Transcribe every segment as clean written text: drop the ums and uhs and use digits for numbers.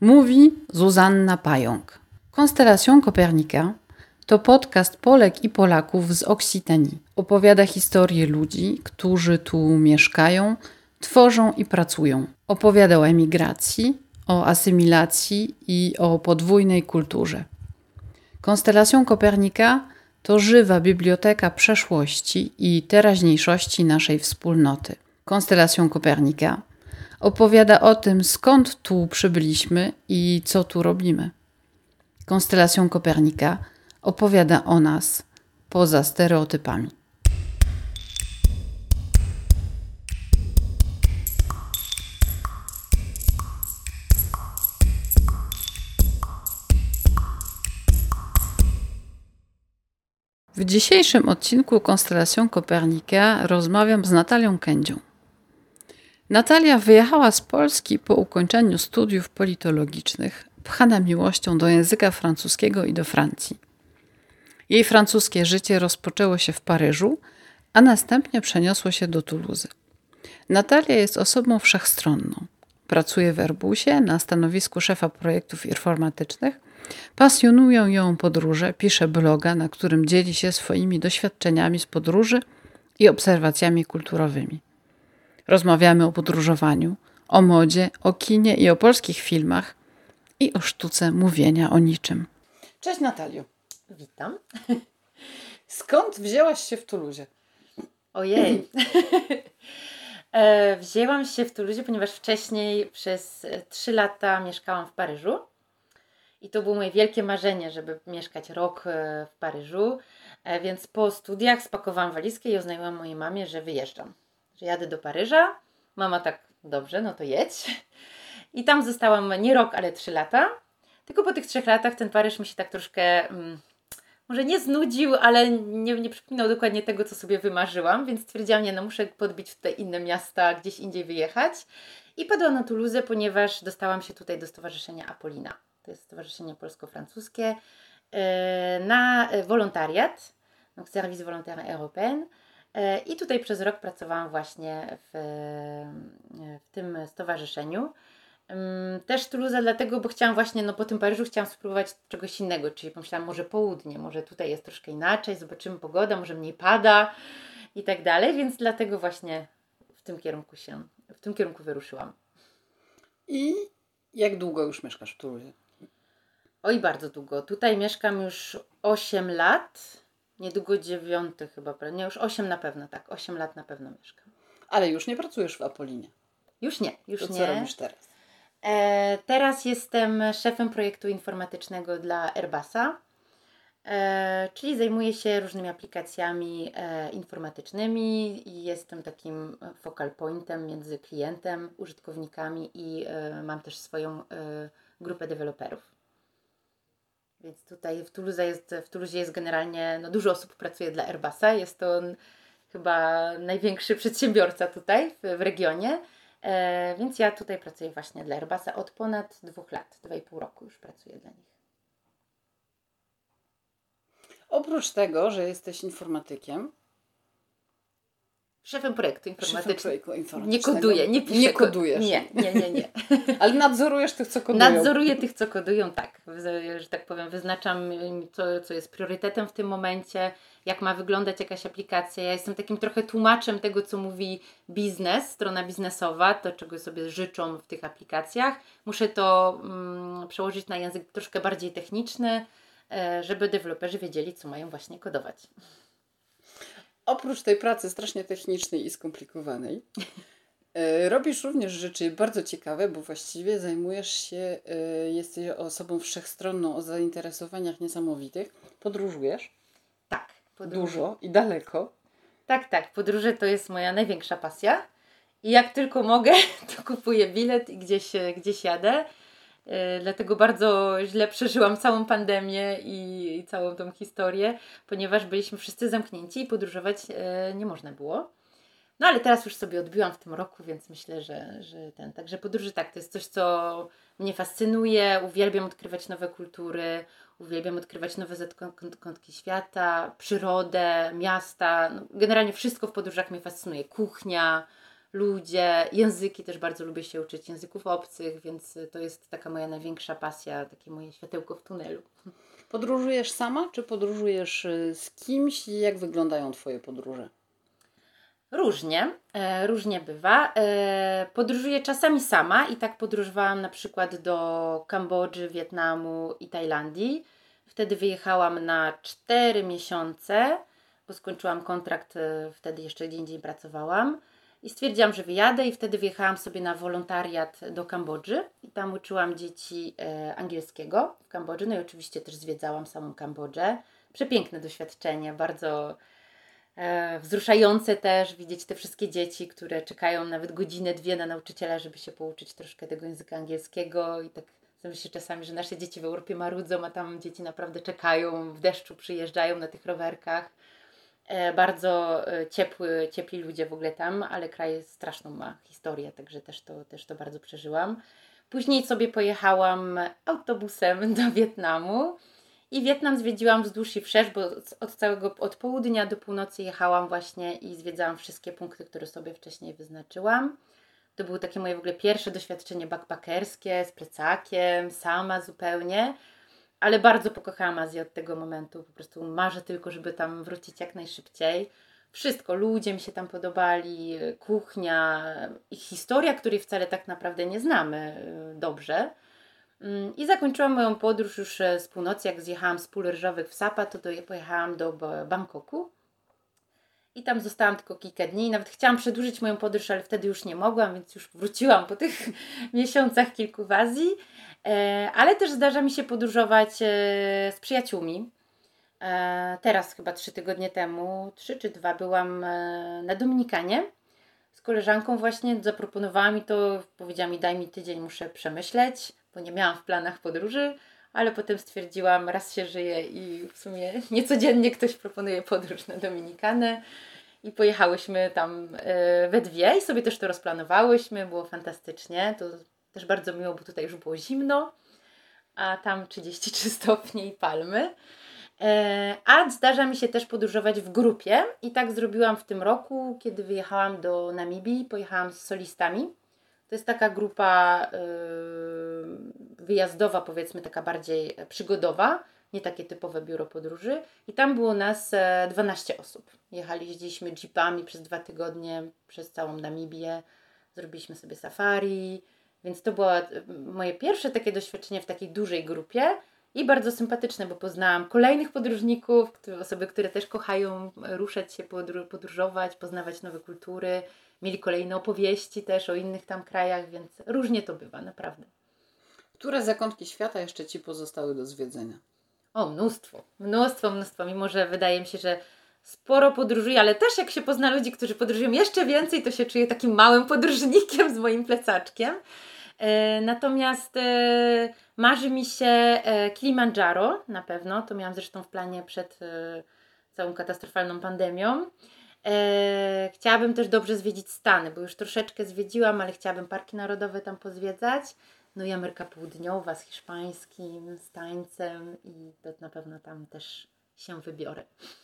Mówi Zuzanna Pająk. Konstellation Copernica to podcast Polek i Polaków z Oksitanii. Opowiada historię ludzi, którzy tu mieszkają, tworzą i pracują. Opowiada o emigracji, o asymilacji i o podwójnej kulturze. Konstellation Copernica to żywa biblioteka przeszłości i teraźniejszości naszej wspólnoty. Konstellation Copernica opowiada o tym, skąd tu przybyliśmy i co tu robimy. Konstellation Copernica opowiada o nas poza stereotypami. W dzisiejszym odcinku Konstellation Copernica rozmawiam z Natalią Kędzią. Natalia wyjechała z Polski po ukończeniu studiów politologicznych, pchana miłością do języka francuskiego i do Francji. Jej francuskie życie rozpoczęło się w Paryżu, a następnie przeniosło się do Toulouse. Natalia jest osobą wszechstronną. Pracuje w Airbusie na stanowisku szefa projektów informatycznych. Pasjonują ją podróże, pisze bloga, na którym dzieli się swoimi doświadczeniami z podróży i obserwacjami kulturowymi. Rozmawiamy o podróżowaniu, o modzie, o kinie i o polskich filmach i o sztuce mówienia o niczym. Cześć Natalio. Witam. Skąd wzięłaś się w Toulouse? Ojej. Wzięłam się w Toulouse, ponieważ wcześniej przez 3 lata mieszkałam w Paryżu. I to było moje wielkie marzenie, żeby mieszkać rok w Paryżu. Więc po studiach spakowałam walizkę i oznajmiłam mojej mamie, że wyjeżdżam. Że jadę do Paryża. Mama tak, dobrze, no to jedź. I tam zostałam nie rok, ale 3 lata. Tylko po tych 3 latach ten Paryż mi się tak troszkę, może nie znudził, ale nie przypominał dokładnie tego, co sobie wymarzyłam. Więc stwierdziłam, nie, no muszę podbić tutaj inne miasta, gdzieś indziej wyjechać. I padłam na Toulouse, ponieważ dostałam się tutaj do Stowarzyszenia Apollina. To jest Stowarzyszenie Polsko-Francuskie, na wolontariat, donc Service Volontaire Européen. I tutaj przez rok pracowałam właśnie w tym stowarzyszeniu. Też Toulouse dlatego, bo chciałam właśnie, po tym Paryżu chciałam spróbować czegoś innego, czyli pomyślałam, może południe, może tutaj jest troszkę inaczej, zobaczymy pogoda, może mniej pada i tak dalej, więc dlatego właśnie w tym kierunku wyruszyłam. I jak długo już mieszkasz w Toulouse? Oj, bardzo długo. Tutaj mieszkam już 8 lat. Niedługo 9 chyba. Nie, już 8 na pewno, tak. 8 lat na pewno mieszkam. Ale już nie pracujesz w Apolinie. Już nie. To co robisz teraz? Teraz jestem szefem projektu informatycznego dla Airbusa. Czyli zajmuję się różnymi aplikacjami informatycznymi i jestem takim focal pointem między klientem, użytkownikami i mam też swoją grupę deweloperów. Więc tutaj w Toulouse jest generalnie, dużo osób pracuje dla Airbusa. Jest to chyba największy przedsiębiorca tutaj w regionie. Więc ja tutaj pracuję właśnie dla Airbusa od ponad 2 lat, 2,5 roku już pracuję dla nich. Oprócz tego, że jesteś informatykiem, Szefem projektu informatycznego. Nie koduję, nie piszę. Nie kodujesz. Nie. Ale nadzorujesz tych, co kodują. Nadzoruję tych, co kodują, tak. Że tak powiem, wyznaczam, co jest priorytetem w tym momencie, jak ma wyglądać jakaś aplikacja. Ja jestem takim trochę tłumaczem tego, co mówi biznes, strona biznesowa, to czego sobie życzą w tych aplikacjach. Muszę to przełożyć na język troszkę bardziej techniczny, żeby deweloperzy wiedzieli, co mają właśnie kodować. Oprócz tej pracy strasznie technicznej i skomplikowanej, robisz również rzeczy bardzo ciekawe, bo właściwie zajmujesz się, jesteś osobą wszechstronną o zainteresowaniach niesamowitych. Podróżujesz? Tak. Dużo i daleko. Tak. Podróże to jest moja największa pasja. I jak tylko mogę, to kupuję bilet i gdzieś jadę. Dlatego bardzo źle przeżyłam całą pandemię i całą tą historię, ponieważ byliśmy wszyscy zamknięci i podróżować nie można było. No ale teraz już sobie odbiłam w tym roku, więc myślę, że Także podróże tak, to jest coś, co mnie fascynuje. Uwielbiam odkrywać nowe kultury, uwielbiam odkrywać nowe zakątki świata, przyrodę, miasta. Generalnie wszystko w podróżach mnie fascynuje. Kuchnia, ludzie, języki, też bardzo lubię się uczyć języków obcych, więc to jest taka moja największa pasja, takie moje światełko w tunelu. Podróżujesz sama, czy podróżujesz z kimś? Jak wyglądają Twoje podróże? Różnie bywa. Podróżuję czasami sama i tak podróżowałam na przykład do Kambodży, Wietnamu i Tajlandii. Wtedy wyjechałam na 4 miesiące, bo skończyłam kontrakt, wtedy jeszcze gdzie indziej pracowałam. I stwierdziłam, że wyjadę i wtedy wyjechałam sobie na wolontariat do Kambodży i tam uczyłam dzieci angielskiego w Kambodży. No i oczywiście też zwiedzałam samą Kambodżę. Przepiękne doświadczenie, bardzo wzruszające też widzieć te wszystkie dzieci, które czekają nawet godzinę, dwie na nauczyciela, żeby się pouczyć troszkę tego języka angielskiego i tak myślę czasami, że nasze dzieci w Europie marudzą, a tam dzieci naprawdę czekają, w deszczu przyjeżdżają na tych rowerkach. Bardzo ciepli ludzie w ogóle tam, ale kraj straszną ma historię, także też to bardzo przeżyłam. Później sobie pojechałam autobusem do Wietnamu i Wietnam zwiedziłam wzdłuż i wszerz, bo od południa do północy jechałam właśnie i zwiedzałam wszystkie punkty, które sobie wcześniej wyznaczyłam. To było takie moje w ogóle pierwsze doświadczenie backpackerskie z plecakiem, sama zupełnie, ale bardzo pokochałam Azję od tego momentu. Po prostu marzę tylko, żeby tam wrócić jak najszybciej. Wszystko, ludzie mi się tam podobali, kuchnia, ich historia, której wcale tak naprawdę nie znamy dobrze. I zakończyłam moją podróż już z północy, jak zjechałam z pól ryżowych w Sapa, to pojechałam do Bangkoku. I tam zostałam tylko kilka dni. Nawet chciałam przedłużyć moją podróż, ale wtedy już nie mogłam, więc już wróciłam po tych miesiącach kilku w Azji. Ale też zdarza mi się podróżować z przyjaciółmi. Teraz chyba 3 tygodnie temu, 3 czy 2, byłam na Dominikanie z koleżanką właśnie. Zaproponowała mi to, powiedziała mi: daj mi tydzień, muszę przemyśleć, bo nie miałam w planach podróży. Ale potem stwierdziłam, raz się żyje i w sumie niecodziennie ktoś proponuje podróż na Dominikanę. I pojechałyśmy tam we dwie i sobie też to rozplanowałyśmy, było fantastycznie. To też bardzo miło, bo tutaj już było zimno, a tam 33 stopnie i palmy. A zdarza mi się też podróżować w grupie i tak zrobiłam w tym roku, kiedy wyjechałam do Namibii, pojechałam z solistami. To jest taka grupa wyjazdowa, powiedzmy, taka bardziej przygodowa, nie takie typowe biuro podróży. I tam było nas 12 osób. Jeździliśmy jeepami przez 2 tygodnie, przez całą Namibię. Zrobiliśmy sobie safari, więc to było moje pierwsze takie doświadczenie w takiej dużej grupie i bardzo sympatyczne, bo poznałam kolejnych podróżników, osoby, które też kochają ruszać się, podróżować, poznawać nowe kultury. Mieli kolejne opowieści też o innych tam krajach, więc różnie to bywa, naprawdę. Które zakątki świata jeszcze Ci pozostały do zwiedzenia? O, mnóstwo. Mimo że wydaje mi się, że sporo podróżuję, ale też jak się pozna ludzi, którzy podróżują jeszcze więcej, to się czuję takim małym podróżnikiem z moim plecaczkiem. Natomiast marzy mi się Kilimandżaro na pewno. To miałam zresztą w planie przed całą katastrofalną pandemią. Chciałabym też dobrze zwiedzić Stany, bo już troszeczkę zwiedziłam, ale chciałabym parki narodowe tam pozwiedzać. No i Ameryka Południowa z hiszpańskim, z tańcem i to na pewno tam też się wybiorę.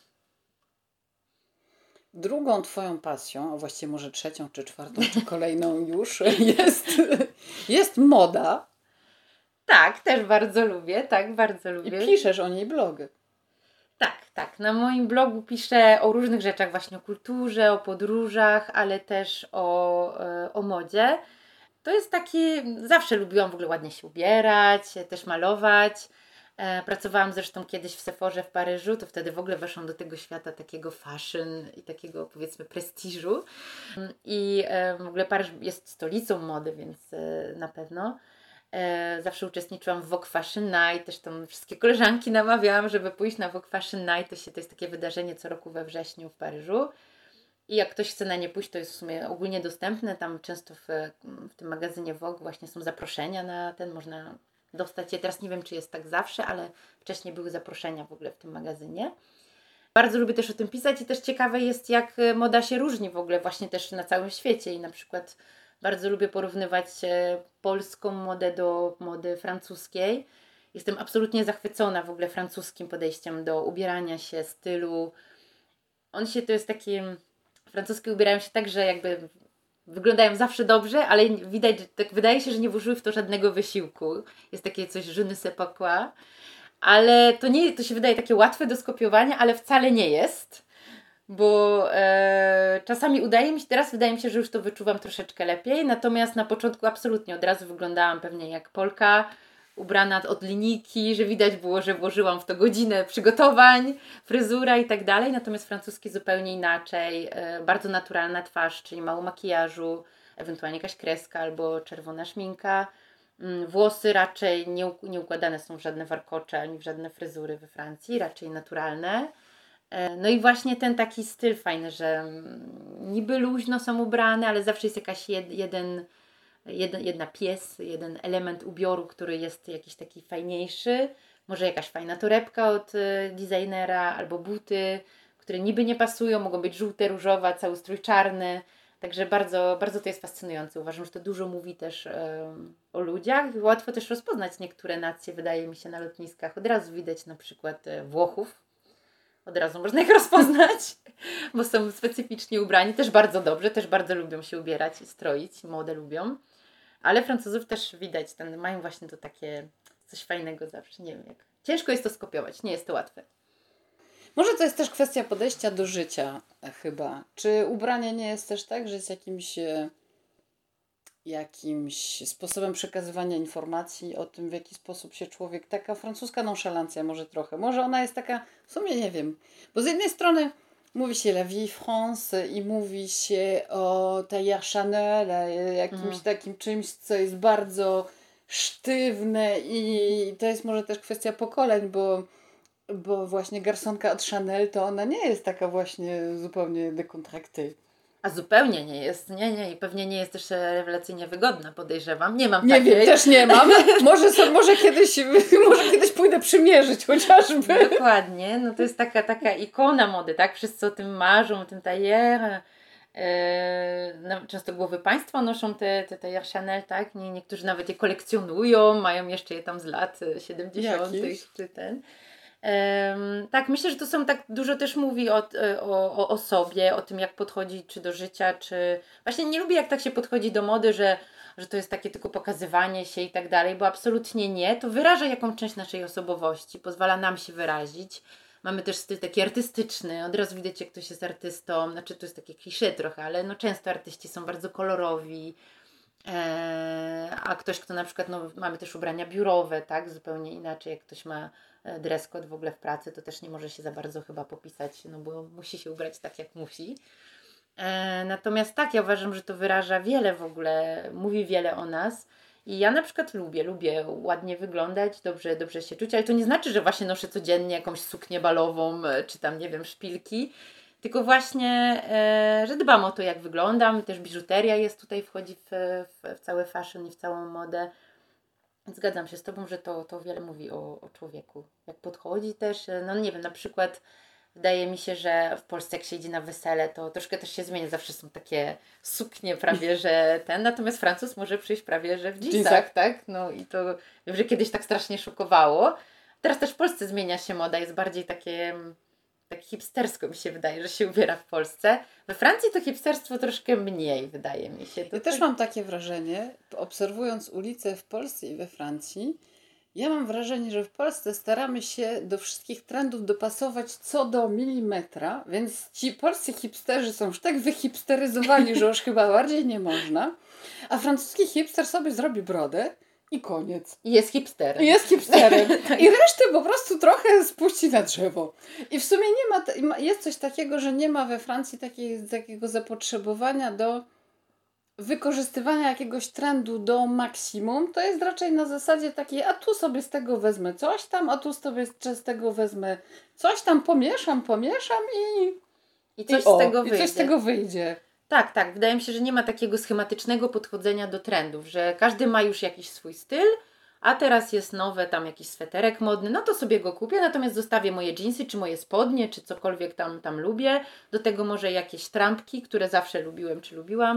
Drugą Twoją pasją, a właściwie może trzecią, czy czwartą, czy kolejną już, jest moda. Tak, też bardzo lubię, I piszesz o niej blogy. Tak. Na moim blogu piszę o różnych rzeczach, właśnie o kulturze, o podróżach, ale też o modzie. To jest taki, zawsze lubiłam w ogóle ładnie się ubierać, też malować. Pracowałam zresztą kiedyś w Sephorze w Paryżu, to wtedy w ogóle weszłam do tego świata takiego fashion i takiego, powiedzmy, prestiżu. I w ogóle Paryż jest stolicą mody, więc na pewno. Zawsze uczestniczyłam w Vogue Fashion Night, też tam wszystkie koleżanki namawiałam, żeby pójść na Vogue Fashion Night. To jest takie wydarzenie co roku we wrześniu w Paryżu. I jak ktoś chce na nie pójść, to jest w sumie ogólnie dostępne. Tam często w tym magazynie Vogue właśnie są zaproszenia na ten, można dostać je. Teraz nie wiem, czy jest tak zawsze, ale wcześniej były zaproszenia w ogóle w tym magazynie. Bardzo lubię też o tym pisać i też ciekawe jest, jak moda się różni w ogóle właśnie też na całym świecie. I na przykład bardzo lubię porównywać polską modę do mody francuskiej. Jestem absolutnie zachwycona w ogóle francuskim podejściem do ubierania się, stylu. To jest takie... Francuskie ubierają się tak, że jakby wyglądają zawsze dobrze, ale widać, że tak wydaje się, że nie włożyły w to żadnego wysiłku. Jest takie coś je ne sais pas quoi. Ale to się wydaje takie łatwe do skopiowania, ale wcale nie jest. Bo czasami teraz wydaje mi się, że już to wyczuwam troszeczkę lepiej, natomiast na początku absolutnie od razu wyglądałam pewnie jak Polka, ubrana od linijki, że widać było, że włożyłam w to godzinę przygotowań, fryzura i tak dalej, natomiast francuski zupełnie inaczej, bardzo naturalna twarz, czyli mało makijażu, ewentualnie jakaś kreska albo czerwona szminka. Włosy raczej nie układane są w żadne warkocze ani w żadne fryzury we Francji, raczej naturalne. No i właśnie ten taki styl fajny, że niby luźno są ubrane, ale zawsze jest jakaś jeden element ubioru, który jest jakiś taki fajniejszy. Może jakaś fajna torebka od designera albo buty, które niby nie pasują, mogą być żółte, różowe, cały strój czarny. Także bardzo, bardzo to jest fascynujące. Uważam, że to dużo mówi też o ludziach. Łatwo też rozpoznać niektóre nacje, wydaje mi się, na lotniskach. Od razu widać na przykład Włochów. Od razu można ich rozpoznać, bo są specyficznie ubrani. Też bardzo dobrze, też bardzo lubią się ubierać i stroić. Modę lubią. Ale Francuzów też widać, mają właśnie to takie coś fajnego zawsze. Nie wiem jak. Ciężko jest to skopiować, nie jest to łatwe. Może to jest też kwestia podejścia do życia chyba. Czy ubranie nie jest też tak, że jest jakimś sposobem przekazywania informacji o tym, w jaki sposób się człowiek... Taka francuska nonszalancja może trochę. Może ona jest taka, w sumie nie wiem. Bo z jednej strony mówi się La Vie France i mówi się o tailleur Chanel, jakimś takim czymś, co jest bardzo sztywne i to jest może też kwestia pokoleń, bo właśnie garsonka od Chanel to ona nie jest taka właśnie zupełnie dekontrakty. A zupełnie nie jest, nie. I pewnie nie jest też rewelacyjnie wygodna, podejrzewam. Nie mam nie takiej. Nie wiem, też nie mam. może kiedyś pójdę przymierzyć chociażby. Dokładnie. No to jest taka ikona mody, tak? Wszyscy o tym marzą, o tym tailleur. No, często głowy państwa noszą te tailleur Chanel, tak? Niektórzy nawet je kolekcjonują, mają jeszcze je tam z lat 70. czy ten. Tak, myślę, że to są tak dużo też mówi o sobie, o tym jak podchodzi czy do życia, czy właśnie nie lubię jak tak się podchodzi do mody, że to jest takie tylko pokazywanie się i tak dalej, bo absolutnie nie. To wyraża jakąś część naszej osobowości, pozwala nam się wyrazić. Mamy też styl taki artystyczny, od razu widać jak ktoś jest artystą, znaczy to jest takie kliszé trochę, ale no często artyści są bardzo kolorowi, a ktoś, kto na przykład, no mamy też ubrania biurowe, tak, zupełnie inaczej, jak ktoś ma dress code w ogóle w pracy, to też nie może się za bardzo chyba popisać, no bo musi się ubrać tak jak musi. Natomiast tak, ja uważam, że to wyraża wiele w ogóle, mówi wiele o nas i ja na przykład lubię ładnie wyglądać, dobrze się czuć, ale to nie znaczy, że właśnie noszę codziennie jakąś suknię balową, czy tam nie wiem, szpilki, tylko właśnie, że dbam o to jak wyglądam, też biżuteria wchodzi w cały fashion i w całą modę. Zgadzam się z Tobą, że to wiele mówi o człowieku. Jak podchodzi też, no nie wiem, na przykład wydaje mi się, że w Polsce jak się idzie na wesele, to troszkę też się zmienia. Zawsze są takie suknie prawie, że natomiast Francuz może przyjść prawie, że w jeansach, tak? No i to wiem, że kiedyś tak strasznie szokowało. Teraz też w Polsce zmienia się moda, jest bardziej takie tak hipstersko mi się wydaje, że się ubiera w Polsce. We Francji to hipsterstwo troszkę mniej, wydaje mi się. Ja też mam takie wrażenie, obserwując ulice w Polsce i we Francji, ja mam wrażenie, że w Polsce staramy się do wszystkich trendów dopasować co do milimetra, więc ci polscy hipsterzy są już tak wyhipsteryzowani, że już chyba bardziej nie można, a francuski hipster sobie zrobi brodę i koniec. I jest hipsterem. I resztę po prostu trochę spuści na drzewo. I w sumie jest coś takiego, że nie ma we Francji takiego zapotrzebowania do wykorzystywania jakiegoś trendu do maksimum. To jest raczej na zasadzie takiej, a tu sobie z tego wezmę coś tam, a tu sobie z tego wezmę coś tam, pomieszam i coś z tego wyjdzie. Tak. Wydaje mi się, że nie ma takiego schematycznego podchodzenia do trendów, że każdy ma już jakiś swój styl, a teraz jest nowe tam jakiś sweterek modny, no to sobie go kupię, natomiast zostawię moje dżinsy, czy moje spodnie, czy cokolwiek tam lubię. Do tego może jakieś trampki, które zawsze lubiłem, czy lubiłam.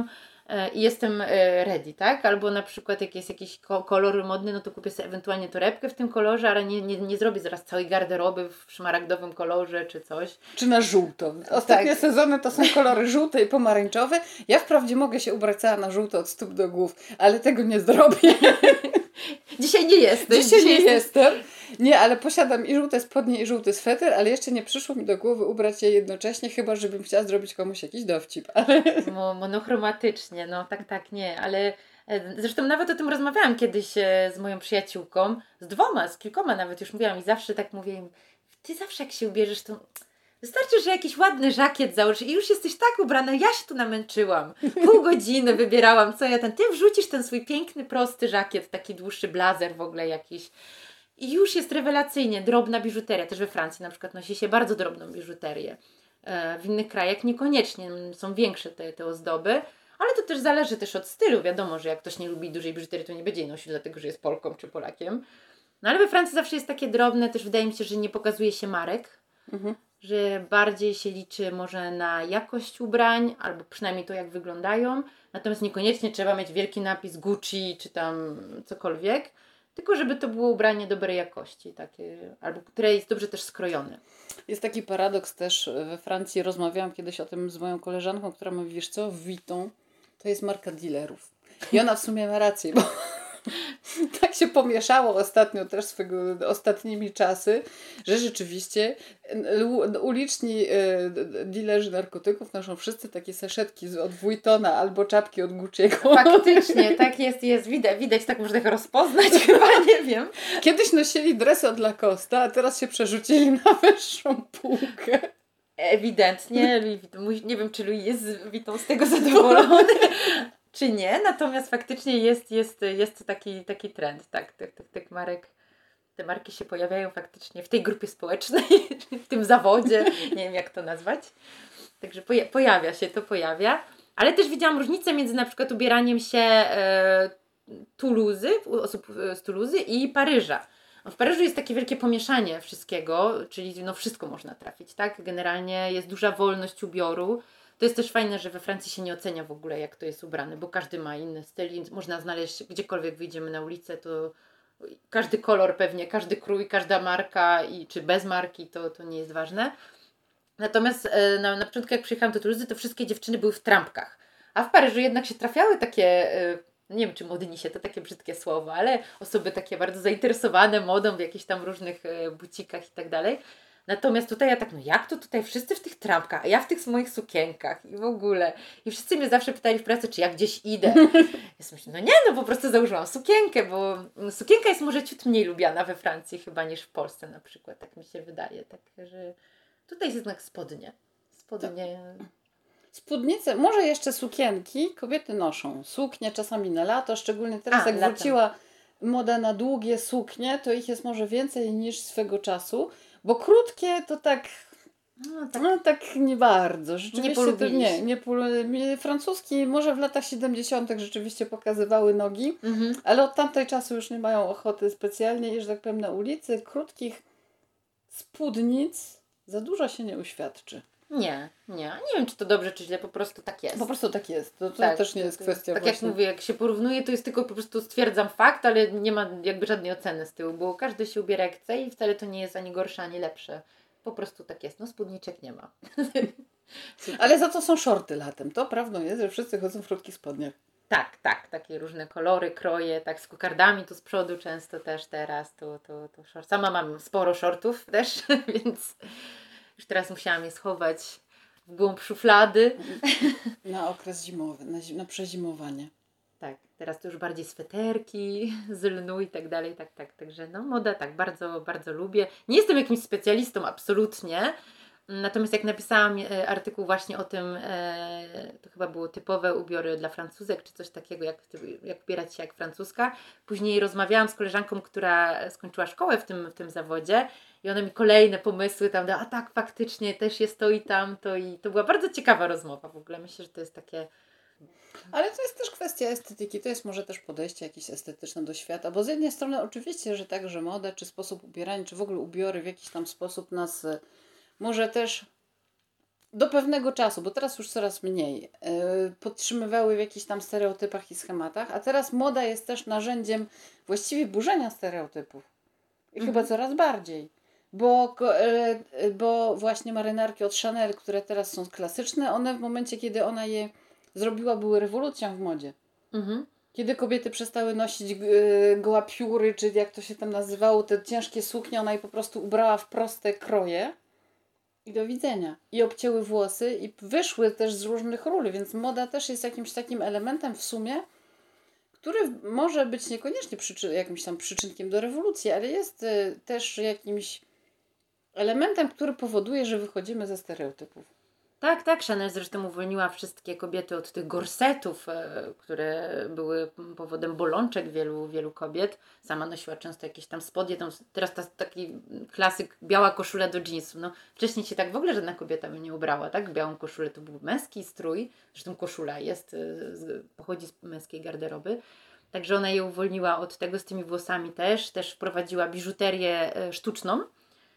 i jestem ready, tak? Albo na przykład jak jest jakiś kolor modny, no to kupię sobie ewentualnie torebkę w tym kolorze, ale nie zrobię zaraz całej garderoby w szmaragdowym kolorze czy coś. Czy na żółto. Ostatnie sezony to są kolory żółte i pomarańczowe. Ja wprawdzie mogę się ubrać cała na żółto od stóp do głów, ale tego nie zrobię. Dzisiaj nie jesteś. Dzisiaj nie jestem. Nie, ale posiadam i żółte spodnie, i żółty sweter, ale jeszcze nie przyszło mi do głowy ubrać je jednocześnie, chyba żebym chciała zrobić komuś jakiś dowcip. Ale... Monochromatycznie, no tak, nie, ale zresztą nawet o tym rozmawiałam kiedyś z moją przyjaciółką, z kilkoma nawet już mówiłam i zawsze tak mówię im, ty zawsze jak się ubierzesz, to wystarczy, że jakiś ładny żakiet założysz i już jesteś tak ubrana, ja się tu namęczyłam. Pół godziny wybierałam, ty wrzucisz ten swój piękny, prosty żakiet, taki dłuższy blazer w ogóle jakiś. I już jest rewelacyjnie, drobna biżuteria. Też we Francji na przykład nosi się bardzo drobną biżuterię. W innych krajach niekoniecznie są większe te ozdoby, ale to też zależy też od stylu. Wiadomo, że jak ktoś nie lubi dużej biżuterii, to nie będzie jej nosił dlatego, że jest Polką czy Polakiem. No ale we Francji zawsze jest takie drobne, też wydaje mi się, że nie pokazuje się marek, że bardziej się liczy może na jakość ubrań, albo przynajmniej to jak wyglądają. Natomiast niekoniecznie trzeba mieć wielki napis Gucci czy tam cokolwiek. Tylko żeby to było ubranie dobrej jakości, takie, albo które jest dobrze też skrojone. Jest taki paradoks też we Francji. Rozmawiałam kiedyś o tym z moją koleżanką, która mówi, wiesz co, Vuitton to jest marka dealerów. I ona w sumie ma rację, bo tak się pomieszało ostatnio też ostatnimi czasy, że rzeczywiście uliczni dealerzy narkotyków noszą wszyscy takie saszetki od Vuittona albo czapki od Gucci'ego. Faktycznie, tak jest widać, tak można ich rozpoznać chyba, nie wiem. Kiedyś nosili dresy od Lacosta, a teraz się przerzucili na wyższą półkę. Ewidentnie, nie wiem czy Louis jest z tego zadowolony, czy nie, natomiast faktycznie jest taki trend, tak, tych marek. Te marki się pojawiają faktycznie w tej grupie społecznej, w tym zawodzie, nie wiem jak to nazwać. Także pojawia. Ale też widziałam różnicę między na przykład ubieraniem się Toulouse, osób z Toulouse i Paryża. W Paryżu jest takie wielkie pomieszanie wszystkiego, czyli wszystko można trafić, tak? Generalnie jest duża wolność ubioru. To jest też fajne, że we Francji się nie ocenia w ogóle jak to jest ubrane, bo każdy ma inny styl i można znaleźć, gdziekolwiek wyjdziemy na ulicę, to każdy kolor pewnie, każdy krój, każda marka czy bez marki, to nie jest ważne. Natomiast na początku jak przyjechałam do Toulouse, to wszystkie dziewczyny były w trampkach. A w Paryżu jednak się trafiały takie, nie wiem czy modnisie, to takie brzydkie słowo, ale osoby takie bardzo zainteresowane modą w jakichś tam różnych bucikach i tak dalej. Natomiast tutaj ja tak, jak to tutaj wszyscy w tych trampkach, a ja w tych moich sukienkach i w ogóle. I wszyscy mnie zawsze pytali w pracy, czy ja gdzieś idę. Ja sobie myślę, po prostu założyłam sukienkę, bo sukienka jest może ciut mniej lubiana we Francji chyba niż w Polsce na przykład, tak mi się wydaje. Tak, że tutaj jest jednak spodnie. Spódnice, może jeszcze sukienki kobiety noszą. Suknie czasami na lato, szczególnie teraz jak wróciła moda na długie suknie, to ich jest może więcej niż swego czasu, bo krótkie to tak nie bardzo. Rzeczywiście nie francuski może w latach 70. rzeczywiście pokazywały nogi, ale od tamtej czasu już nie mają ochoty specjalnie i, że tak powiem, na ulicy krótkich spódnic za dużo się nie uświadczy. Nie wiem czy to dobrze czy źle, po prostu tak jest. Po prostu tak jest, to też nie jest kwestia tak właśnie. Jak mówię, jak się porównuje, to jest tylko po prostu stwierdzam fakt, ale nie ma jakby żadnej oceny z tyłu, bo każdy się ubiera jak chce i wcale to nie jest ani gorsze, ani lepsze. Po prostu tak jest, spódniczek nie ma. Ale za to są shorty latem, to prawdą jest, że wszyscy chodzą w krótkich spodniach. Tak, takie różne kolory, kroje, tak z kokardami tu z przodu często też teraz, to short. Sama mam sporo shortów też, więc już teraz musiałam je schować w głąb szuflady. Na okres zimowy, na przezimowanie. Tak, teraz to już bardziej sweterki z lnu i tak dalej, tak. Także moda tak, bardzo, bardzo lubię. Nie jestem jakimś specjalistą, absolutnie. Natomiast jak napisałam artykuł właśnie o tym, to chyba było typowe ubiory dla Francuzek, czy coś takiego, jak ubierać się jak francuska. Później rozmawiałam z koleżanką, która skończyła szkołę w tym zawodzie i ona mi kolejne pomysły tam dała, a tak faktycznie też jest to i tamto i to była bardzo ciekawa rozmowa w ogóle. Myślę, że to jest takie... Ale to jest też kwestia estetyki, to jest może też podejście jakieś estetyczne do świata, bo z jednej strony oczywiście, że także moda, czy sposób ubierania, czy w ogóle ubiory w jakiś tam sposób nas może też do pewnego czasu, bo teraz już coraz mniej, podtrzymywały w jakichś tam stereotypach i schematach, a teraz moda jest też narzędziem właściwie burzenia stereotypów. I chyba coraz bardziej. Bo właśnie marynarki od Chanel, które teraz są klasyczne, one w momencie, kiedy ona je zrobiła, były rewolucją w modzie. Kiedy kobiety przestały nosić gołapióry, czy jak to się tam nazywało, te ciężkie suknie, ona je po prostu ubrała w proste kroje i do widzenia. I obcięły włosy i wyszły też z różnych ról, więc moda też jest jakimś takim elementem w sumie, który może być niekoniecznie jakimś tam przyczynkiem do rewolucji, ale jest też jakimś elementem, który powoduje, że wychodzimy ze stereotypów. Tak, tak. Chanel zresztą uwolniła wszystkie kobiety od tych gorsetów, które były powodem bolączek wielu kobiet. Sama nosiła często jakieś tam spodnie. Teraz taki klasyk, biała koszula do jeansów. No, wcześniej się tak w ogóle żadna kobieta by nie ubrała, tak? Białą koszulę to był męski strój. Zresztą koszula pochodzi z męskiej garderoby. Także ona je uwolniła od tego, z tymi włosami też. Też wprowadziła biżuterię sztuczną.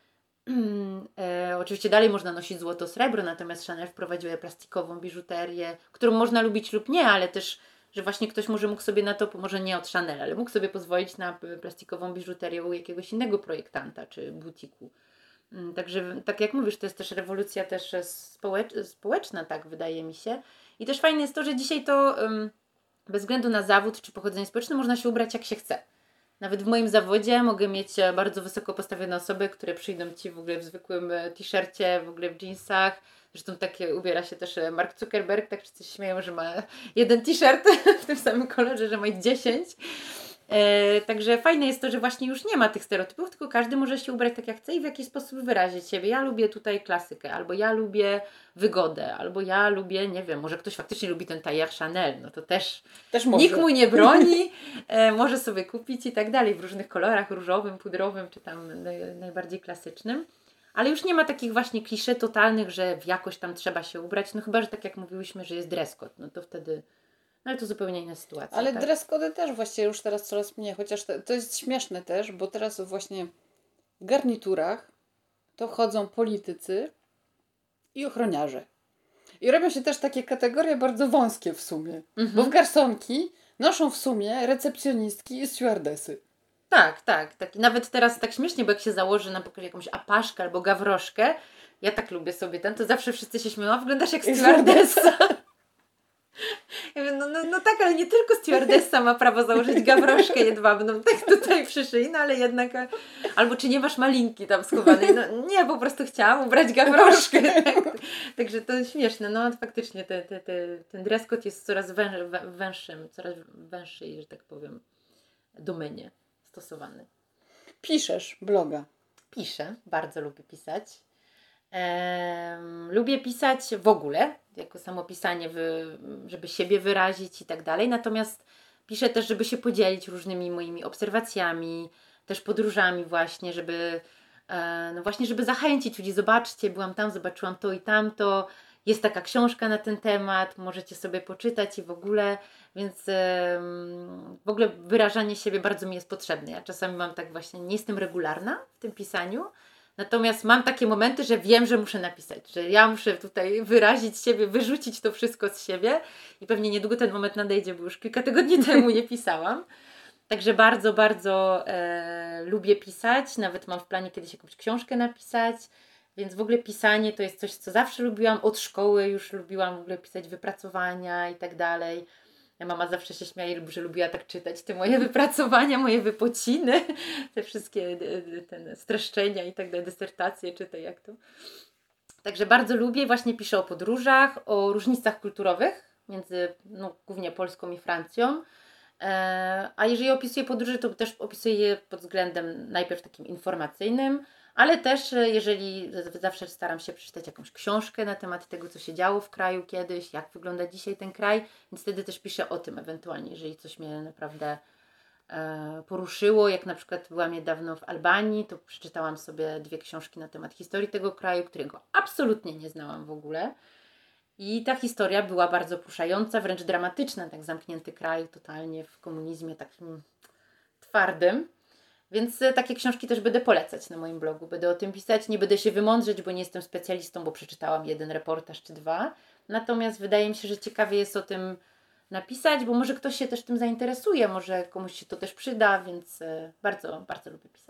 Oczywiście dalej można nosić złoto, srebro, natomiast Chanel wprowadziła plastikową biżuterię, którą można lubić lub nie, ale też, że właśnie ktoś mógł sobie na to, może nie od Chanel, ale mógł sobie pozwolić na plastikową biżuterię u jakiegoś innego projektanta czy butiku. Także tak jak mówisz, to jest też rewolucja też społeczna, tak wydaje mi się. I też fajne jest to, że dzisiaj to bez względu na zawód czy pochodzenie społeczne można się ubrać jak się chce. Nawet w moim zawodzie mogę mieć bardzo wysoko postawione osoby, które przyjdą Ci w ogóle w zwykłym t-shircie, w ogóle w jeansach. Zresztą takie ubiera się też Mark Zuckerberg, tak wszyscy się śmieją, że ma jeden t-shirt w tym samym kolorze, że ma ich 10. Także fajne jest to, że właśnie już nie ma tych stereotypów, tylko każdy może się ubrać tak jak chce i w jakiś sposób wyrazić siebie. Ja lubię tutaj klasykę, albo ja lubię wygodę, albo ja lubię, nie wiem, może ktoś faktycznie lubi ten tailleur Chanel, no to też nikt mu nie broni, może sobie kupić i tak dalej, w różnych kolorach, różowym, pudrowym, czy tam najbardziej klasycznym. Ale już nie ma takich właśnie klisze totalnych, że w jakoś tam trzeba się ubrać, no chyba, że tak jak mówiłyśmy, że jest dress code, no to wtedy... No ale to zupełnie inna sytuacja. Ale tak? dress code też właściwie już teraz coraz mniej, chociaż to jest śmieszne też, bo teraz właśnie w garniturach to chodzą politycy i ochroniarze. I robią się też takie kategorie bardzo wąskie w sumie, bo w garsonki noszą w sumie recepcjonistki i stewardesy. Tak. I nawet teraz tak śmiesznie, bo jak się założy na przykład jakąś apaszkę albo gawroszkę, ja tak lubię sobie to zawsze wszyscy się śmieją, a wyglądasz jak stewardessa. Ja mówię, no tak, ale nie tylko stewardessa ma prawo założyć gawroszkę jedwabną, tak tutaj przy szyi, no ale jednak, albo czy nie masz malinki tam schowanej, no nie, po prostu chciałam ubrać gawroszkę, tak? Także to jest śmieszne, no faktycznie ten dress code jest coraz węższej, że tak powiem, domenie stosowany. Piszesz bloga. Piszę, bardzo lubię pisać. Lubię pisać w ogóle, jako samo pisanie, żeby siebie wyrazić i tak dalej. Natomiast piszę też, żeby się podzielić różnymi moimi obserwacjami, też podróżami właśnie, żeby zachęcić ludzi. Zobaczcie, byłam tam, zobaczyłam to i tamto. Jest taka książka na ten temat, możecie sobie poczytać i w ogóle, więc w ogóle wyrażanie siebie bardzo mi jest potrzebne. Ja czasami mam tak właśnie, nie jestem regularna w tym pisaniu, natomiast mam takie momenty, że wiem, że muszę napisać, że ja muszę tutaj wyrazić siebie, wyrzucić to wszystko z siebie i pewnie niedługo ten moment nadejdzie, bo już kilka tygodni temu nie pisałam. Także bardzo, bardzo lubię pisać, nawet mam w planie kiedyś jakąś książkę napisać, więc w ogóle pisanie to jest coś, co zawsze lubiłam, od szkoły już lubiłam w ogóle pisać wypracowania i tak dalej. Mama zawsze się śmieje, że lubiła tak czytać te moje wypracowania, moje wypociny, te wszystkie streszczenia i tak dalej, dysertacje, czytaj jak to. Także bardzo lubię, właśnie piszę o podróżach, o różnicach kulturowych między głównie Polską i Francją. A jeżeli opisuję podróże, to też opisuję je pod względem najpierw takim informacyjnym, ale też jeżeli zawsze staram się przeczytać jakąś książkę na temat tego, co się działo w kraju kiedyś, jak wygląda dzisiaj ten kraj, więc wtedy też piszę o tym ewentualnie, jeżeli coś mnie naprawdę poruszyło, jak na przykład byłam niedawno w Albanii, to przeczytałam sobie 2 książki na temat historii tego kraju, którego absolutnie nie znałam w ogóle. I ta historia była bardzo poruszająca, wręcz dramatyczna, tak zamknięty kraj totalnie w komunizmie takim twardym. Więc takie książki też będę polecać na moim blogu. Będę o tym pisać. Nie będę się wymądrzeć, bo nie jestem specjalistą, bo przeczytałam jeden reportaż czy dwa. Natomiast wydaje mi się, że ciekawie jest o tym napisać, bo może ktoś się też tym zainteresuje, może komuś się to też przyda, więc bardzo, bardzo lubię pisać.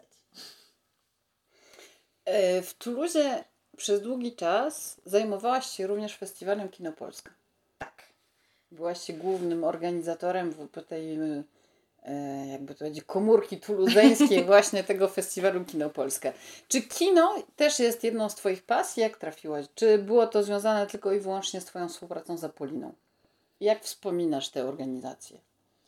W Toulouse przez długi czas zajmowałaś się również festiwalem Kino Polska. Tak. Byłaś głównym organizatorem tej, jakby to powiedzieć, komórki tuluzeńskiej właśnie tego festiwalu Kino Polska. Czy kino też jest jedną z Twoich pasji? Jak trafiłaś? Czy było to związane tylko i wyłącznie z Twoją współpracą z Apoliną? Jak wspominasz tę organizację?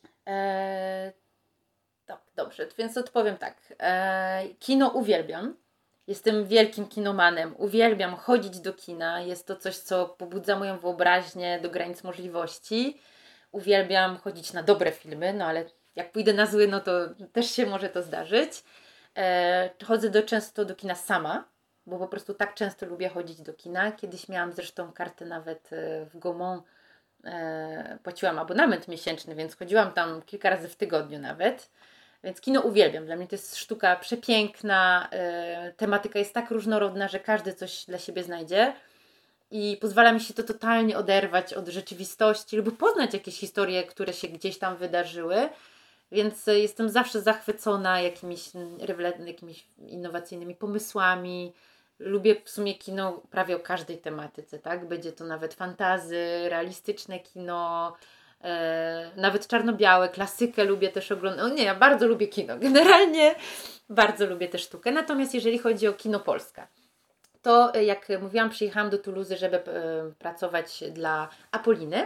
Tak, dobrze, więc odpowiem tak. Kino uwielbiam. Jestem wielkim kinomanem. Uwielbiam chodzić do kina. Jest to coś, co pobudza moją wyobraźnię do granic możliwości. Uwielbiam chodzić na dobre filmy, no ale jak pójdę na zły, no to też się może to zdarzyć. Chodzę często do kina sama, bo po prostu tak często lubię chodzić do kina. Kiedyś miałam zresztą kartę nawet w Gaumont. Płaciłam abonament miesięczny, więc chodziłam tam kilka razy w tygodniu nawet. Więc kino uwielbiam. Dla mnie to jest sztuka przepiękna. Tematyka jest tak różnorodna, że każdy coś dla siebie znajdzie. I pozwala mi się to totalnie oderwać od rzeczywistości lub poznać jakieś historie, które się gdzieś tam wydarzyły. Więc jestem zawsze zachwycona jakimiś innowacyjnymi pomysłami. Lubię w sumie kino prawie o każdej tematyce, tak? Będzie to nawet fantasy, realistyczne kino, nawet czarno-białe, klasykę lubię też oglądać. No nie, ja bardzo lubię kino. Generalnie bardzo lubię tę sztukę. Natomiast jeżeli chodzi o Kino Polska, to jak mówiłam, przyjechałam do Toulouse, żeby pracować dla Apoliny.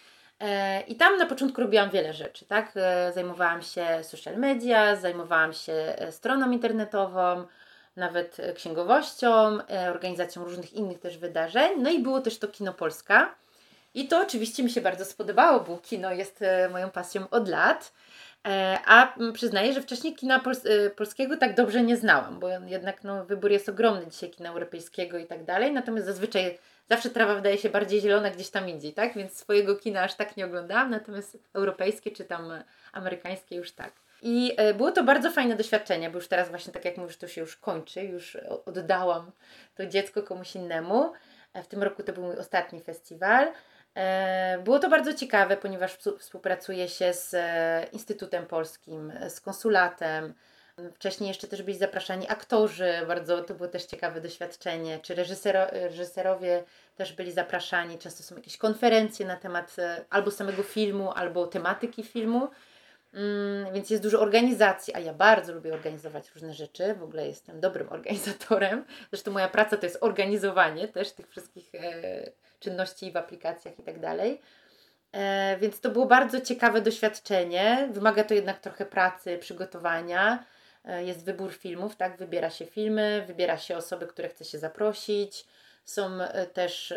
I tam na początku robiłam wiele rzeczy, tak? Zajmowałam się social media, zajmowałam się stroną internetową, nawet księgowością, organizacją różnych innych też wydarzeń. No i było też to Kino Polska. I to oczywiście mi się bardzo spodobało, bo kino jest moją pasją od lat. A przyznaję, że wcześniej kina polskiego tak dobrze nie znałam, bo jednak no, wybór jest ogromny dzisiaj kina europejskiego i tak dalej. Natomiast zazwyczaj zawsze trawa wydaje się bardziej zielona gdzieś tam indziej, tak? Więc swojego kina aż tak nie oglądałam, natomiast europejskie czy tam amerykańskie już tak. I było to bardzo fajne doświadczenie, bo już teraz właśnie tak jak mówisz, to się już kończy, już oddałam to dziecko komuś innemu. W tym roku to był mój ostatni festiwal. Było to bardzo ciekawe, ponieważ współpracuję się z Instytutem Polskim, z konsulatem. Wcześniej jeszcze też byli zapraszani aktorzy, bardzo to było też ciekawe doświadczenie, czy reżyserowie też byli zapraszani. Często są jakieś konferencje na temat albo samego filmu, albo tematyki filmu. Więc jest dużo organizacji, a ja bardzo lubię organizować różne rzeczy. W ogóle jestem dobrym organizatorem. Zresztą moja praca to jest organizowanie też tych wszystkich czynności w aplikacjach i tak dalej. Więc to było bardzo ciekawe doświadczenie. Wymaga to jednak trochę pracy, przygotowania. Jest wybór filmów, tak? Wybiera się filmy, wybiera się osoby, które chce się zaprosić. Są też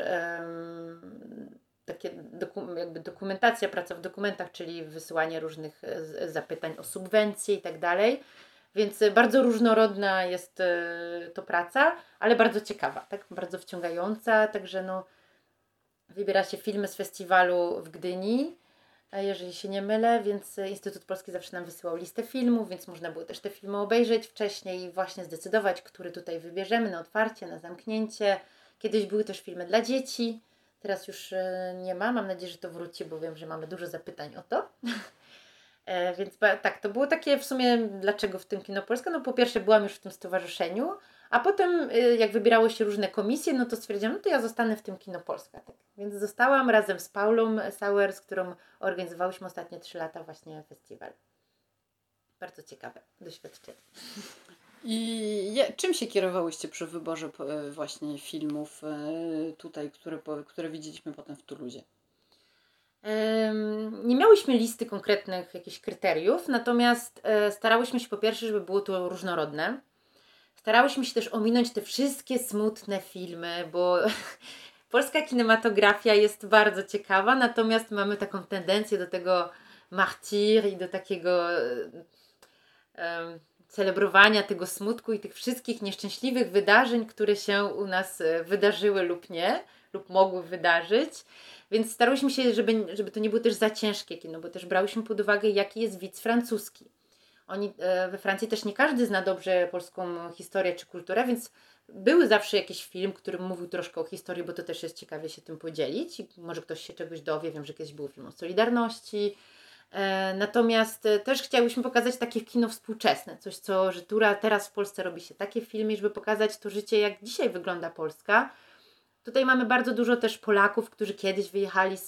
takie jakby dokumentacja, praca w dokumentach, czyli wysyłanie różnych zapytań o subwencje i tak dalej. Więc bardzo różnorodna jest to praca, ale bardzo ciekawa, tak? Bardzo wciągająca, także no wybiera się filmy z festiwalu w Gdyni, jeżeli się nie mylę, więc Instytut Polski zawsze nam wysyłał listę filmów, więc można było też te filmy obejrzeć wcześniej i właśnie zdecydować, który tutaj wybierzemy na otwarcie, na zamknięcie. Kiedyś były też filmy dla dzieci, teraz już nie ma. Mam nadzieję, że to wróci, bo wiem, że mamy dużo zapytań o to. Więc tak, to było takie w sumie, dlaczego w tym Kino Polska? No po pierwsze byłam już w tym stowarzyszeniu, a potem jak wybierało się różne komisje, no to stwierdziłam, no to ja zostanę w tym Kino Polska. Tak. Więc zostałam razem z Paulą Sauer, z którą organizowałyśmy ostatnie 3 lata właśnie festiwal. Bardzo ciekawe doświadczenie. I czym się kierowałyście przy wyborze właśnie filmów tutaj, które widzieliśmy potem w Toulouse? Nie miałyśmy listy konkretnych jakichś kryteriów, natomiast starałyśmy się po pierwsze, żeby było to różnorodne. Starałyśmy się też ominąć te wszystkie smutne filmy, bo polska kinematografia jest bardzo ciekawa, natomiast mamy taką tendencję do tego martyr i do takiego celebrowania tego smutku i tych wszystkich nieszczęśliwych wydarzeń, które się u nas wydarzyły lub nie, lub mogły wydarzyć. Więc starałyśmy się, żeby to nie było też za ciężkie kino, bo też brałyśmy pod uwagę, jaki jest widz francuski. Oni we Francji też nie każdy zna dobrze polską historię czy kulturę, więc były zawsze jakiś film, który mówił troszkę o historii, bo to też jest ciekawie się tym podzielić i może ktoś się czegoś dowie. Wiem, że kiedyś był film o Solidarności. Natomiast też chciałyśmy pokazać takie kino współczesne, coś że teraz w Polsce robi się takie filmy, żeby pokazać to życie, jak dzisiaj wygląda Polska. Tutaj mamy bardzo dużo też Polaków, którzy kiedyś wyjechali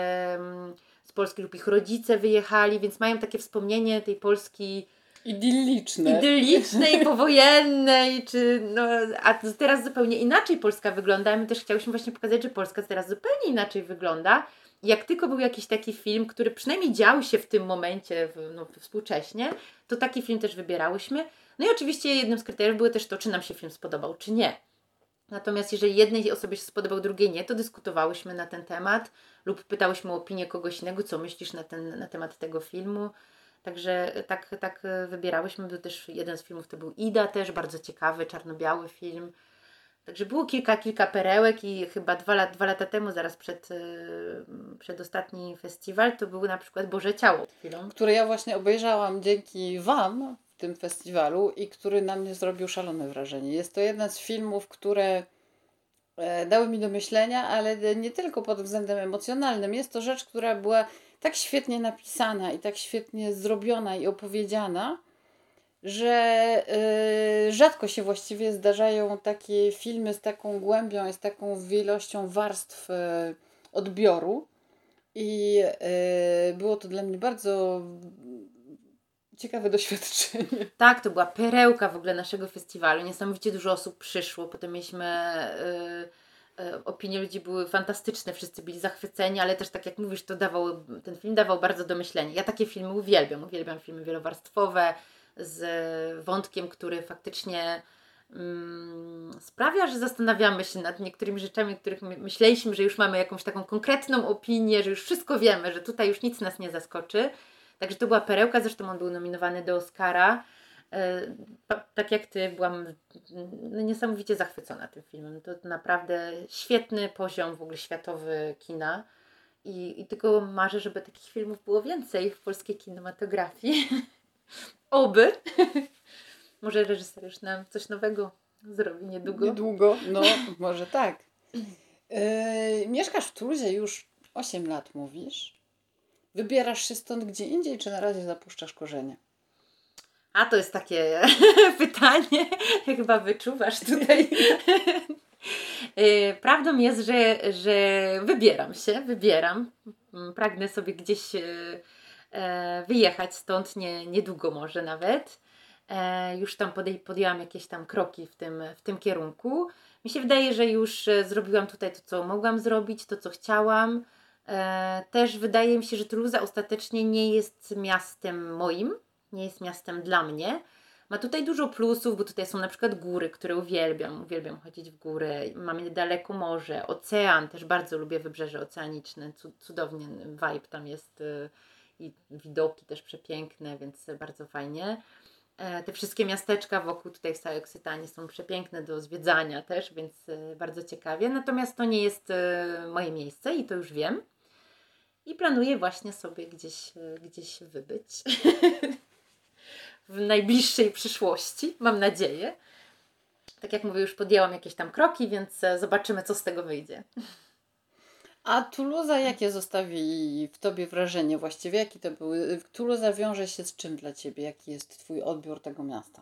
z Polski lub ich rodzice wyjechali, więc mają takie wspomnienie tej Polski idyllicznej, powojennej, a teraz zupełnie inaczej Polska wygląda. My też chciałyśmy właśnie pokazać, że Polska teraz zupełnie inaczej wygląda. Jak tylko był jakiś taki film, który przynajmniej dział się w tym momencie, współcześnie, to taki film też wybierałyśmy. No i oczywiście jednym z kryteriów było też to, czy nam się film spodobał, czy nie. Natomiast jeżeli jednej osobie się spodobał, drugiej nie, to dyskutowałyśmy na ten temat lub pytałyśmy o opinię kogoś innego, co myślisz na temat tego filmu. Także tak wybierałyśmy. Był też jeden z filmów, to był Ida, też bardzo ciekawy, czarno-biały film. Także było kilka perełek i chyba dwa lata temu, zaraz przed ostatni festiwal, to był na przykład Boże Ciało film. Który ja właśnie obejrzałam dzięki Wam w tym festiwalu i który na mnie zrobił szalone wrażenie. Jest to jeden z filmów, które dały mi do myślenia, ale nie tylko pod względem emocjonalnym. Jest to rzecz, która była tak świetnie napisana i tak świetnie zrobiona i opowiedziana, że rzadko się właściwie zdarzają takie filmy z taką głębią i z taką wielością warstw odbioru. I było to dla mnie bardzo ciekawe doświadczenie. Tak, to była perełka w ogóle naszego festiwalu. Niesamowicie dużo osób przyszło. Potem mieliśmy opinie ludzi były fantastyczne, wszyscy byli zachwyceni, ale też tak jak mówisz, ten film dawał bardzo do myślenia. Ja takie filmy uwielbiam filmy wielowarstwowe z wątkiem, który faktycznie sprawia, że zastanawiamy się nad niektórymi rzeczami, których myśleliśmy, że już mamy jakąś taką konkretną opinię, że już wszystko wiemy, że tutaj już nic nas nie zaskoczy. Także to była perełka, zresztą on był nominowany do Oscara. Tak jak Ty, byłam niesamowicie zachwycona tym filmem. To naprawdę świetny poziom w ogóle światowy kina. I tylko marzę, żeby takich filmów było więcej w polskiej kinematografii. Oby. Może reżyser już nam coś nowego zrobi niedługo. Niedługo, no może tak. Mieszkasz w Tuluzie już 8 lat, mówisz. Wybierasz się stąd gdzie indziej, czy na razie zapuszczasz korzenie? A to jest takie pytanie, chyba wyczuwasz tutaj. Prawdą jest, że wybieram. Pragnę sobie gdzieś wyjechać stąd, niedługo może nawet. Już tam podjęłam jakieś tam kroki w tym kierunku. Mi się wydaje, że już zrobiłam tutaj to, co mogłam zrobić, to, co chciałam. Też wydaje mi się, że Toulouse ostatecznie nie jest miastem moim, nie jest miastem dla mnie. Ma tutaj dużo plusów, bo tutaj są na przykład góry, które uwielbiam chodzić w góry. Mamy niedaleko morze, ocean, też bardzo lubię wybrzeże oceaniczne, cudownie vibe tam jest i widoki też przepiękne, więc bardzo fajnie. Te wszystkie miasteczka wokół tutaj w całej Oksytanii są przepiękne do zwiedzania też, więc bardzo ciekawie. Natomiast to nie jest moje miejsce i to już wiem. I planuję właśnie sobie gdzieś wybyć w najbliższej przyszłości, mam nadzieję. Tak jak mówię, już podjęłam jakieś tam kroki, więc zobaczymy, co z tego wyjdzie. A Toulouse jakie zostawi w Tobie wrażenie właściwie? Jaki to był? Toulouse wiąże się z czym dla Ciebie? Jaki jest Twój odbiór tego miasta?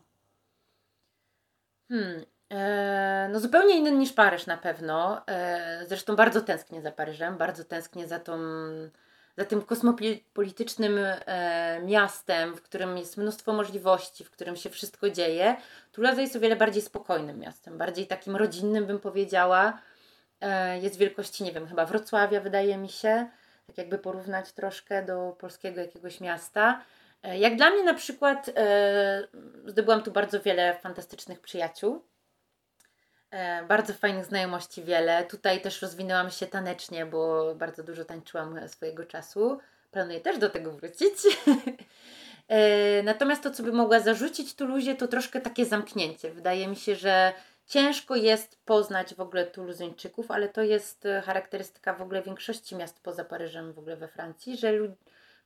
No zupełnie inny niż Paryż na pewno. Zresztą bardzo tęsknię za Paryżem, bardzo tęsknię za tym kosmopolitycznym miastem, w którym jest mnóstwo możliwości, w którym się wszystko dzieje. Toulouse jest o wiele bardziej spokojnym miastem, bardziej takim rodzinnym, bym powiedziała. Jest wielkości, nie wiem, chyba Wrocławia, wydaje mi się, tak jakby porównać troszkę do polskiego jakiegoś miasta. Jak dla mnie na przykład zdobyłam tu bardzo wiele fantastycznych przyjaciół. Bardzo fajnych znajomości wiele. Tutaj też rozwinęłam się tanecznie, bo bardzo dużo tańczyłam swojego czasu. Planuję też do tego wrócić. Natomiast to, co bym mogła zarzucić Toulousie, to troszkę takie zamknięcie. Wydaje mi się, że ciężko jest poznać w ogóle Tuluzyńczyków, ale to jest charakterystyka w ogóle większości miast poza Paryżem, w ogóle we Francji, że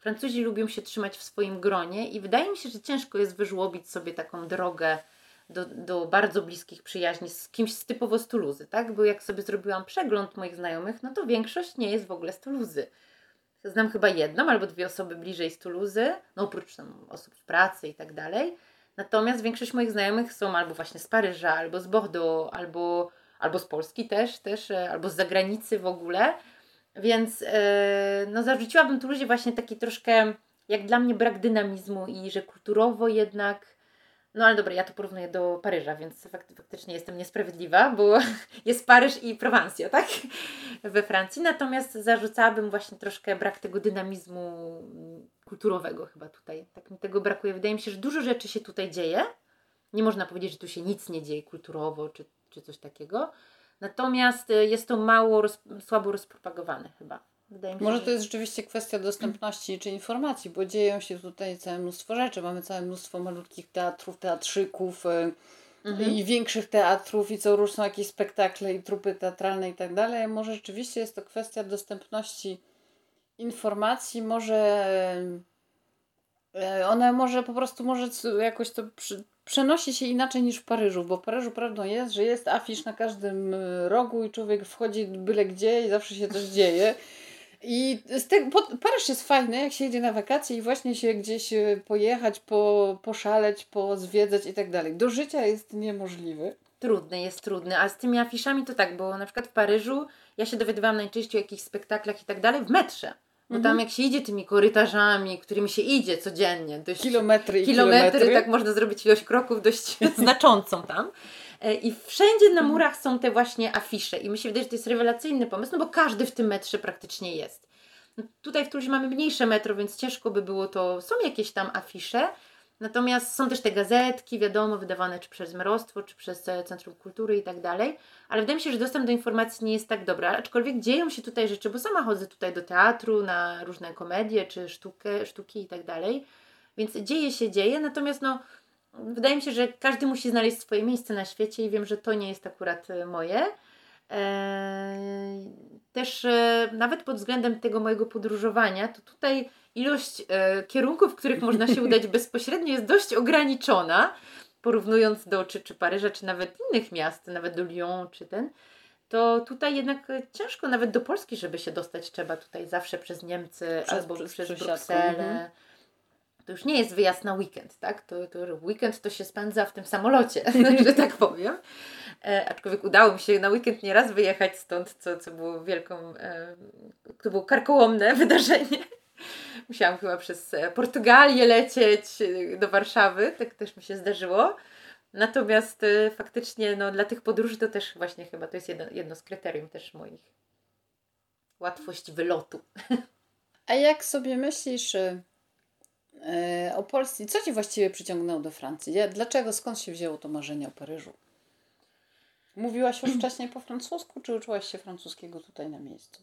Francuzi lubią się trzymać w swoim gronie i wydaje mi się, że ciężko jest wyżłobić sobie taką drogę do bardzo bliskich przyjaźni z kimś z typowo z Tuluzy, tak? Bo jak sobie zrobiłam przegląd moich znajomych, no to większość nie jest w ogóle z Tuluzy. Znam chyba jedną albo dwie osoby bliżej z Tuluzy, no oprócz tam osób w pracy i tak dalej. Natomiast większość moich znajomych są albo właśnie z Paryża, albo z Bordeaux, albo z Polski też, albo z zagranicy w ogóle. Więc no zarzuciłabym Tuluzie właśnie taki troszkę, jak dla mnie, brak dynamizmu i że kulturowo jednak, no ale dobra, ja to porównuję do Paryża, więc faktycznie jestem niesprawiedliwa, bo jest Paryż i Prowansja, tak? We Francji. Natomiast zarzucałabym właśnie troszkę brak tego dynamizmu kulturowego chyba tutaj. Tak mi tego brakuje. Wydaje mi się, że dużo rzeczy się tutaj dzieje. Nie można powiedzieć, że tu się nic nie dzieje kulturowo czy coś takiego. Natomiast jest to słabo rozpropagowane chyba. Wydaje mi się, Może że to jest rzeczywiście kwestia dostępności czy informacji, bo dzieją się tutaj całe mnóstwo rzeczy. Mamy całe mnóstwo malutkich teatrów, teatrzyków i większych teatrów i co rusz są jakieś spektakle i trupy teatralne i tak dalej. Może rzeczywiście jest to kwestia dostępności informacji, może ona może po prostu jakoś to przenosi się inaczej niż w Paryżu, bo w Paryżu prawdą jest, że jest afisz na każdym rogu i człowiek wchodzi byle gdzie i zawsze się coś dzieje. I Paryż jest fajny, jak się jedzie na wakacje i właśnie się gdzieś pojechać, poszaleć, pozwiedzać i tak dalej. Do życia jest niemożliwy. jest trudny, a z tymi afiszami to tak, bo na przykład w Paryżu ja się dowiadywałam najczęściej o jakichś spektaklach i tak dalej w metrze. Bo tam jak się idzie tymi korytarzami, którymi się idzie codziennie, dość kilometry, tak można zrobić ilość kroków dość znaczącą tam. I wszędzie na murach są te właśnie afisze i mi się wydaje, że to jest rewelacyjny pomysł, no bo każdy w tym metrze praktycznie jest. No tutaj w Tuluzie mamy mniejsze metro, więc ciężko by było to, są jakieś tam afisze, natomiast są też te gazetki, wiadomo, wydawane czy przez Merostwo, czy przez Centrum Kultury i tak dalej, ale wydaje mi się, że dostęp do informacji nie jest tak dobry, aczkolwiek dzieją się tutaj rzeczy, bo sama chodzę tutaj do teatru, na różne komedie, czy sztuki i tak dalej, więc dzieje, natomiast no wydaje mi się, że każdy musi znaleźć swoje miejsce na świecie i wiem, że to nie jest akurat moje. Też nawet pod względem tego mojego podróżowania, to tutaj ilość kierunków, w których można się udać bezpośrednio jest dość ograniczona, porównując do czy Paryża, czy nawet innych miast, nawet do Lyon, to tutaj jednak ciężko nawet do Polski, żeby się dostać, trzeba tutaj zawsze przez Niemcy albo przez Brukselę. To już nie jest wyjazd na weekend, tak? To weekend to się spędza w tym samolocie, że tak powiem. Aczkolwiek udało mi się na weekend nieraz wyjechać stąd, co było to było karkołomne wydarzenie. Musiałam chyba przez Portugalię lecieć do Warszawy, tak też mi się zdarzyło. Natomiast faktycznie no, dla tych podróży to też właśnie chyba to jest jedno z kryterium też moich. Łatwość wylotu. A jak sobie myślisz o Polsce, co Cię właściwie przyciągnęło do Francji? Skąd się wzięło to marzenie o Paryżu? Mówiłaś już wcześniej po francusku, czy uczyłaś się francuskiego tutaj na miejscu?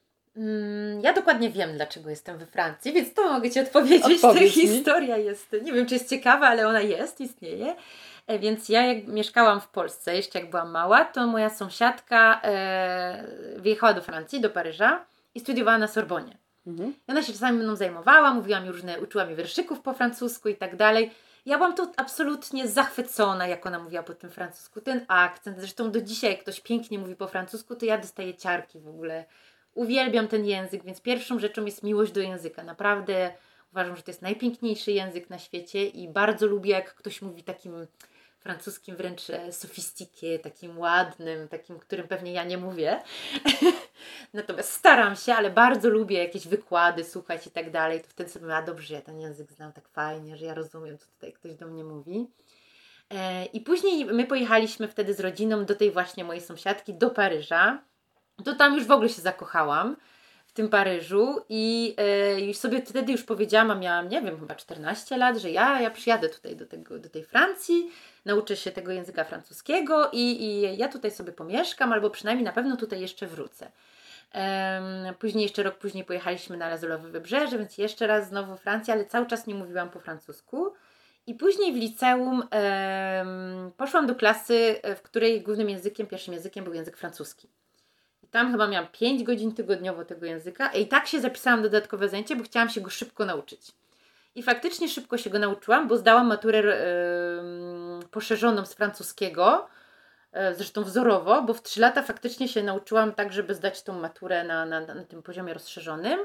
Ja dokładnie wiem, dlaczego jestem we Francji, więc to mogę Ci odpowiedzieć. Historia jest, nie wiem, czy jest ciekawa, ale ona istnieje. Więc ja jak mieszkałam w Polsce, jeszcze jak byłam mała, to moja sąsiadka wyjechała do Francji, do Paryża i studiowała na Sorbonie. I ona się czasami mną zajmowała, uczyła mi wierszyków po francusku i tak dalej. Ja byłam tu absolutnie zachwycona, jak ona mówiła po tym francusku. Ten akcent, zresztą do dzisiaj, jak ktoś pięknie mówi po francusku, to ja dostaję ciarki w ogóle. Uwielbiam ten język, więc pierwszą rzeczą jest miłość do języka. Naprawdę uważam, że to jest najpiękniejszy język na świecie i bardzo lubię, jak ktoś mówi takim francuskim wręcz sofistikie, takim ładnym, takim, którym pewnie ja nie mówię. Natomiast staram się, ale bardzo lubię jakieś wykłady słuchać i tak dalej. To wtedy sobie dobrze, że ja ten język znam tak fajnie, że ja rozumiem, co tutaj ktoś do mnie mówi. I później my pojechaliśmy wtedy z rodziną do tej właśnie mojej sąsiadki, do Paryża. To tam już w ogóle się zakochałam w tym Paryżu i już sobie wtedy powiedziałam, a miałam, nie wiem, chyba 14 lat, że ja przyjadę tutaj do tej Francji, nauczę się tego języka francuskiego i ja tutaj sobie pomieszkam, albo przynajmniej na pewno tutaj jeszcze wrócę. Później, jeszcze rok później pojechaliśmy na Lazurowe Wybrzeże, więc jeszcze raz znowu Francja, ale cały czas nie mówiłam po francusku. I później w liceum poszłam do klasy, w której głównym językiem, pierwszym językiem był język francuski. tam chyba miałam 5 godzin tygodniowo tego języka i tak się zapisałam dodatkowe zajęcie, bo chciałam się go szybko nauczyć. I faktycznie szybko się go nauczyłam, bo zdałam maturę poszerzoną z francuskiego, zresztą wzorowo, bo w 3 lata faktycznie się nauczyłam tak, żeby zdać tą maturę na tym poziomie rozszerzonym.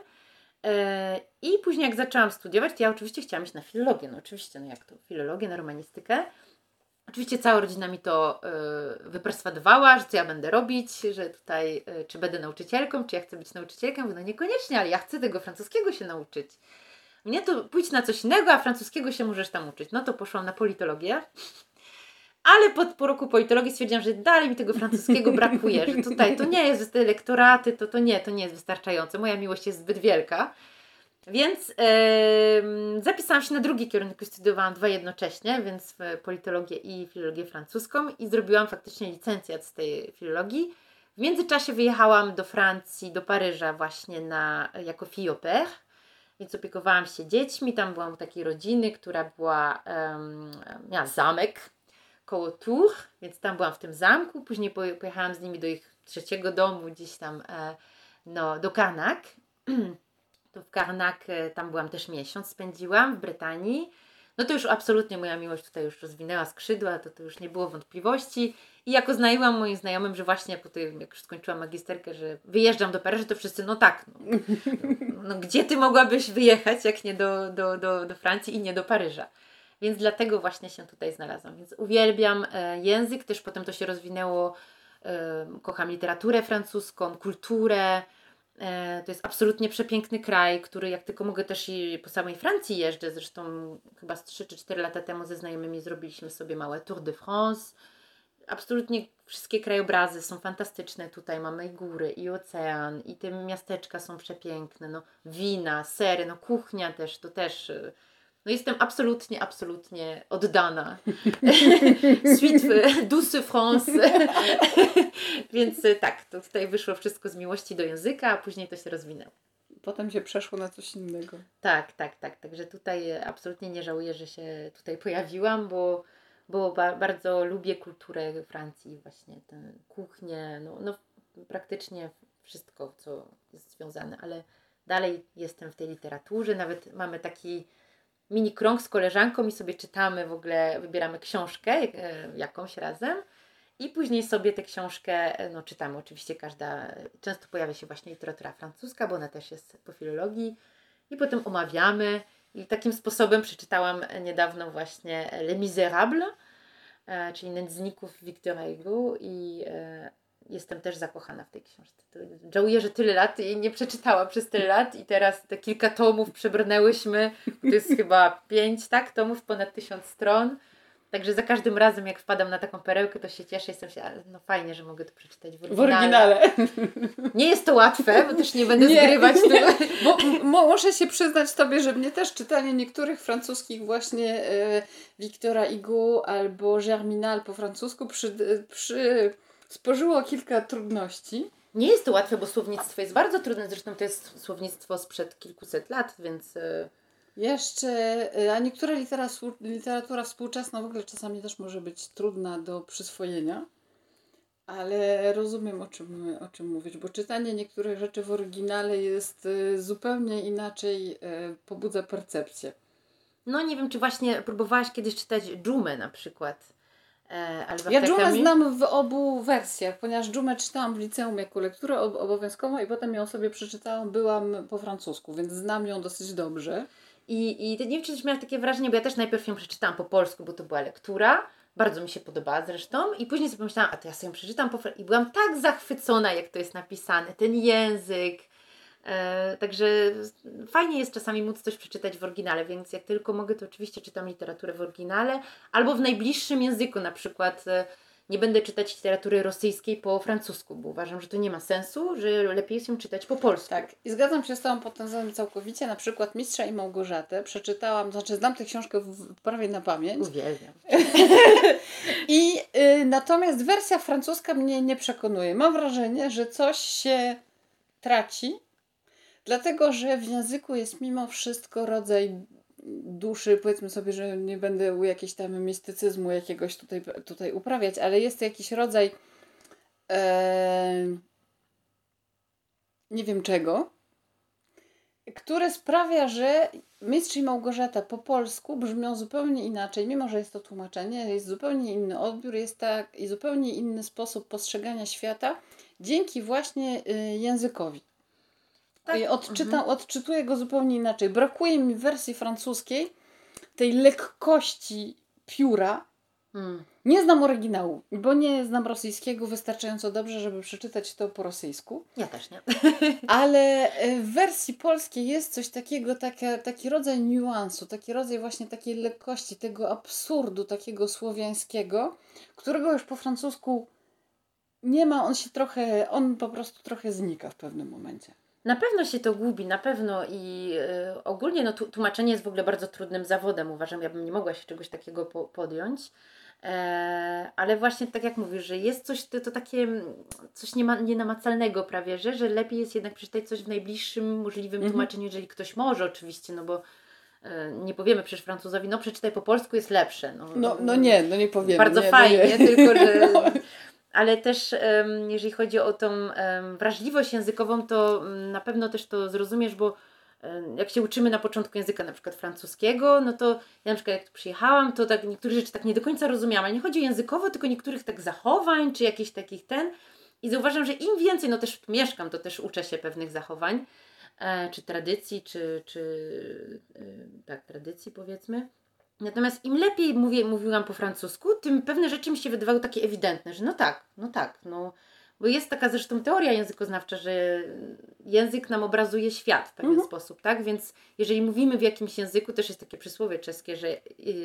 I później jak zaczęłam studiować, to ja oczywiście chciałam iść na filologię. No oczywiście, no jak to? Filologię, na romanistykę. Oczywiście cała rodzina mi to wyperswadowała, że co ja będę robić, że tutaj czy będę nauczycielką, czy ja chcę być nauczycielką. No niekoniecznie, ale ja chcę tego francuskiego się nauczyć. Mnie to pójdź na coś innego, a francuskiego się możesz tam uczyć. No to poszłam na politologię. Ale po roku politologii stwierdziłam, że dalej mi tego francuskiego brakuje, że tutaj to nie jest, te lektoraty, to nie jest wystarczające. Moja miłość jest zbyt wielka. Więc zapisałam się na drugi kierunek, studiowałam 2 jednocześnie, więc politologię i filologię francuską i zrobiłam faktycznie licencjat z tej filologii. W międzyczasie wyjechałam do Francji, do Paryża właśnie jako fille au pair, więc opiekowałam się dziećmi. Tam byłam u takiej rodziny, która miała zamek koło Tours, więc tam byłam w tym zamku. Później pojechałam z nimi do ich 3. domu, gdzieś tam do Karnak. To w Karnak tam byłam też miesiąc, spędziłam w Brytanii. No to już absolutnie moja miłość tutaj już rozwinęła skrzydła, to już nie było wątpliwości. I jak oznajmiłam moim znajomym, że właśnie po tym, jak już skończyłam magisterkę, że wyjeżdżam do Paryża, to wszyscy, no tak, no gdzie ty mogłabyś wyjechać, jak nie do Francji i nie do Paryża. Więc dlatego właśnie się tutaj znalazłam. Więc uwielbiam język, też potem to się rozwinęło. Kocham literaturę francuską, kulturę. To jest absolutnie przepiękny kraj, który jak tylko mogę też i po samej Francji jeżdżę. Zresztą chyba z 3 czy 4 lata temu ze znajomymi zrobiliśmy sobie małe Tour de France. Absolutnie wszystkie krajobrazy są fantastyczne. Tutaj mamy i góry, i ocean, i te miasteczka są przepiękne. No, wina, sery, no kuchnia też, to też... No jestem absolutnie oddana. Suite douce France. Więc tak, to tutaj wyszło wszystko z miłości do języka, a później to się rozwinęło. Potem się przeszło na coś innego. Tak. Także tutaj absolutnie nie żałuję, że się tutaj pojawiłam, bo bardzo lubię kulturę Francji, właśnie tę kuchnię, no praktycznie wszystko, co jest związane, ale dalej jestem w tej literaturze, nawet mamy taki mini krąg z koleżanką i sobie czytamy w ogóle, wybieramy książkę jakąś razem i później sobie tę książkę czytamy. Oczywiście często pojawia się właśnie literatura francuska, bo ona też jest po filologii i potem omawiamy i takim sposobem przeczytałam niedawno właśnie Les Misérables, czyli Nędzników Victora Hugo i jestem też zakochana w tej książce. Żałuję, że tyle lat i nie przeczytałam przez tyle lat i teraz te kilka tomów przebrnęłyśmy. To jest chyba 5 tomów, ponad 1000 stron. Także za każdym razem, jak wpadam na taką perełkę, to się cieszę. No fajnie, że mogę to przeczytać w oryginale. Nie jest to łatwe, bo też nie będę zgrywać tego. Bo muszę się przyznać Tobie, że mnie też czytanie niektórych francuskich właśnie Victora Hugo albo Germinal po francusku spożyło kilka trudności. Nie jest to łatwe, bo słownictwo jest bardzo trudne. Zresztą to jest słownictwo sprzed kilkuset lat, więc... Jeszcze, a niektóra literatura współczesna w ogóle czasami też może być trudna do przyswojenia, ale rozumiem o czym mówisz, bo czytanie niektórych rzeczy w oryginale jest zupełnie inaczej, pobudza percepcję. No nie wiem, czy właśnie próbowałaś kiedyś czytać Dżumę na przykład. Ja Dżumę znam w obu wersjach, ponieważ Dżumę czytałam w liceum jako lekturę obowiązkową i potem ją sobie przeczytałam, byłam po francusku, więc znam ją dosyć dobrze. I nie wiem, czy miałaś takie wrażenie, bo ja też najpierw ją przeczytałam po polsku, bo to była lektura, bardzo mi się podobała zresztą i później sobie pomyślałam, a to ja sobie ją przeczytam i byłam tak zachwycona, jak to jest napisane, ten język. Także fajnie jest czasami móc coś przeczytać w oryginale, więc jak tylko mogę, to oczywiście czytam literaturę w oryginale albo w najbliższym języku, na przykład nie będę czytać literatury rosyjskiej po francusku, bo uważam, że to nie ma sensu, że lepiej jest ją czytać po polsku. Tak, i zgadzam się z Tobą pod tym względem całkowicie. Na przykład Mistrza i Małgorzatę przeczytałam, znam tę książkę prawie na pamięć. Uwielbiam. I natomiast wersja francuska mnie nie przekonuje. Mam wrażenie, że coś się traci, dlatego że w języku jest mimo wszystko rodzaj duszy, powiedzmy sobie, że nie będę jakiejś tam mistycyzmu jakiegoś tutaj uprawiać, ale jest jakiś rodzaj nie wiem czego, które sprawia, że Mistrz i Małgorzata po polsku brzmią zupełnie inaczej, mimo że jest to tłumaczenie, jest zupełnie inny odbiór, jest tak i zupełnie inny sposób postrzegania świata dzięki właśnie językowi. Tak. Odczytuję go zupełnie inaczej. Brakuje mi w wersji francuskiej tej lekkości pióra. Nie znam oryginału, bo nie znam rosyjskiego wystarczająco dobrze, żeby przeczytać to po rosyjsku. Ja też nie. Ale w wersji polskiej jest coś takiego, taki rodzaj niuansu, taki rodzaj właśnie takiej lekkości, tego absurdu takiego słowiańskiego, którego już po francusku nie ma, on po prostu trochę znika w pewnym momencie. Na pewno się to gubi, na pewno i ogólnie tłumaczenie jest w ogóle bardzo trudnym zawodem, uważam, ja bym nie mogła się czegoś takiego podjąć, ale właśnie tak jak mówisz, że jest coś, to takie coś nienamacalnego prawie, że lepiej jest jednak przeczytać coś w najbliższym możliwym tłumaczeniu, jeżeli ktoś może oczywiście, no bo nie powiemy przecież Francuzowi, no przeczytaj po polsku, jest lepsze. Nie powiemy. Bardzo fajnie, tylko że... Ale też jeżeli chodzi o tą wrażliwość językową, to na pewno też to zrozumiesz, bo jak się uczymy na początku języka na przykład francuskiego, no to ja na przykład jak tu przyjechałam, to tak niektóre rzeczy tak nie do końca rozumiałam. Ale nie chodzi o językowo, tylko niektórych tak zachowań, czy jakichś takich I zauważam, że im więcej, no też mieszkam, to też uczę się pewnych zachowań, czy tradycji, tak, tradycji powiedzmy. Natomiast im lepiej mówiłam po francusku, tym pewne rzeczy mi się wydawały takie ewidentne, że bo jest taka zresztą teoria językoznawcza, że język nam obrazuje świat w pewien sposób, tak? Więc jeżeli mówimy w jakimś języku, też jest takie przysłowie czeskie, że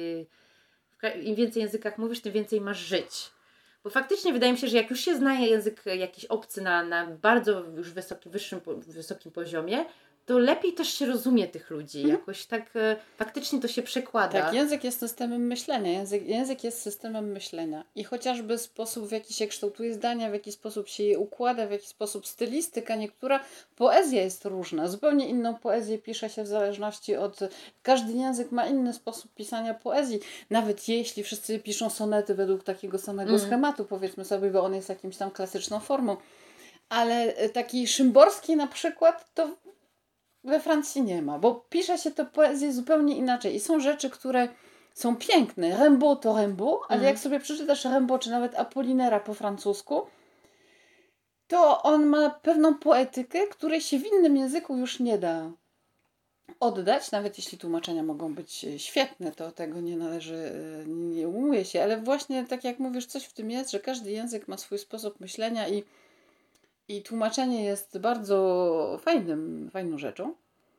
im więcej językach mówisz, tym więcej masz żyć. Bo faktycznie wydaje mi się, że jak już się zna język jakiś obcy na bardzo już wysokim poziomie, to lepiej też się rozumie tych ludzi. Jakoś tak faktycznie to się przekłada. Tak, język jest systemem myślenia. Język jest systemem myślenia. I chociażby sposób, w jaki się kształtuje zdania, w jaki sposób się je układa, w jaki sposób stylistyka niektóra, poezja jest różna. Zupełnie inną poezję pisze się w zależności od... Każdy język ma inny sposób pisania poezji. Nawet jeśli wszyscy piszą sonety według takiego samego schematu, powiedzmy sobie, bo on jest jakimś tam klasyczną formą. Ale taki szymborski na przykład, to we Francji nie ma, bo pisze się to poezję zupełnie inaczej i są rzeczy, które są piękne. Rimbaud to Rimbaud, ale jak sobie przeczytasz Rimbaud czy nawet Apollinera po francusku, to on ma pewną poetykę, której się w innym języku już nie da oddać, nawet jeśli tłumaczenia mogą być świetne, to tego nie należy, nie umuje się, ale właśnie tak jak mówisz, coś w tym jest, że każdy język ma swój sposób myślenia i tłumaczenie jest bardzo fajną rzeczą,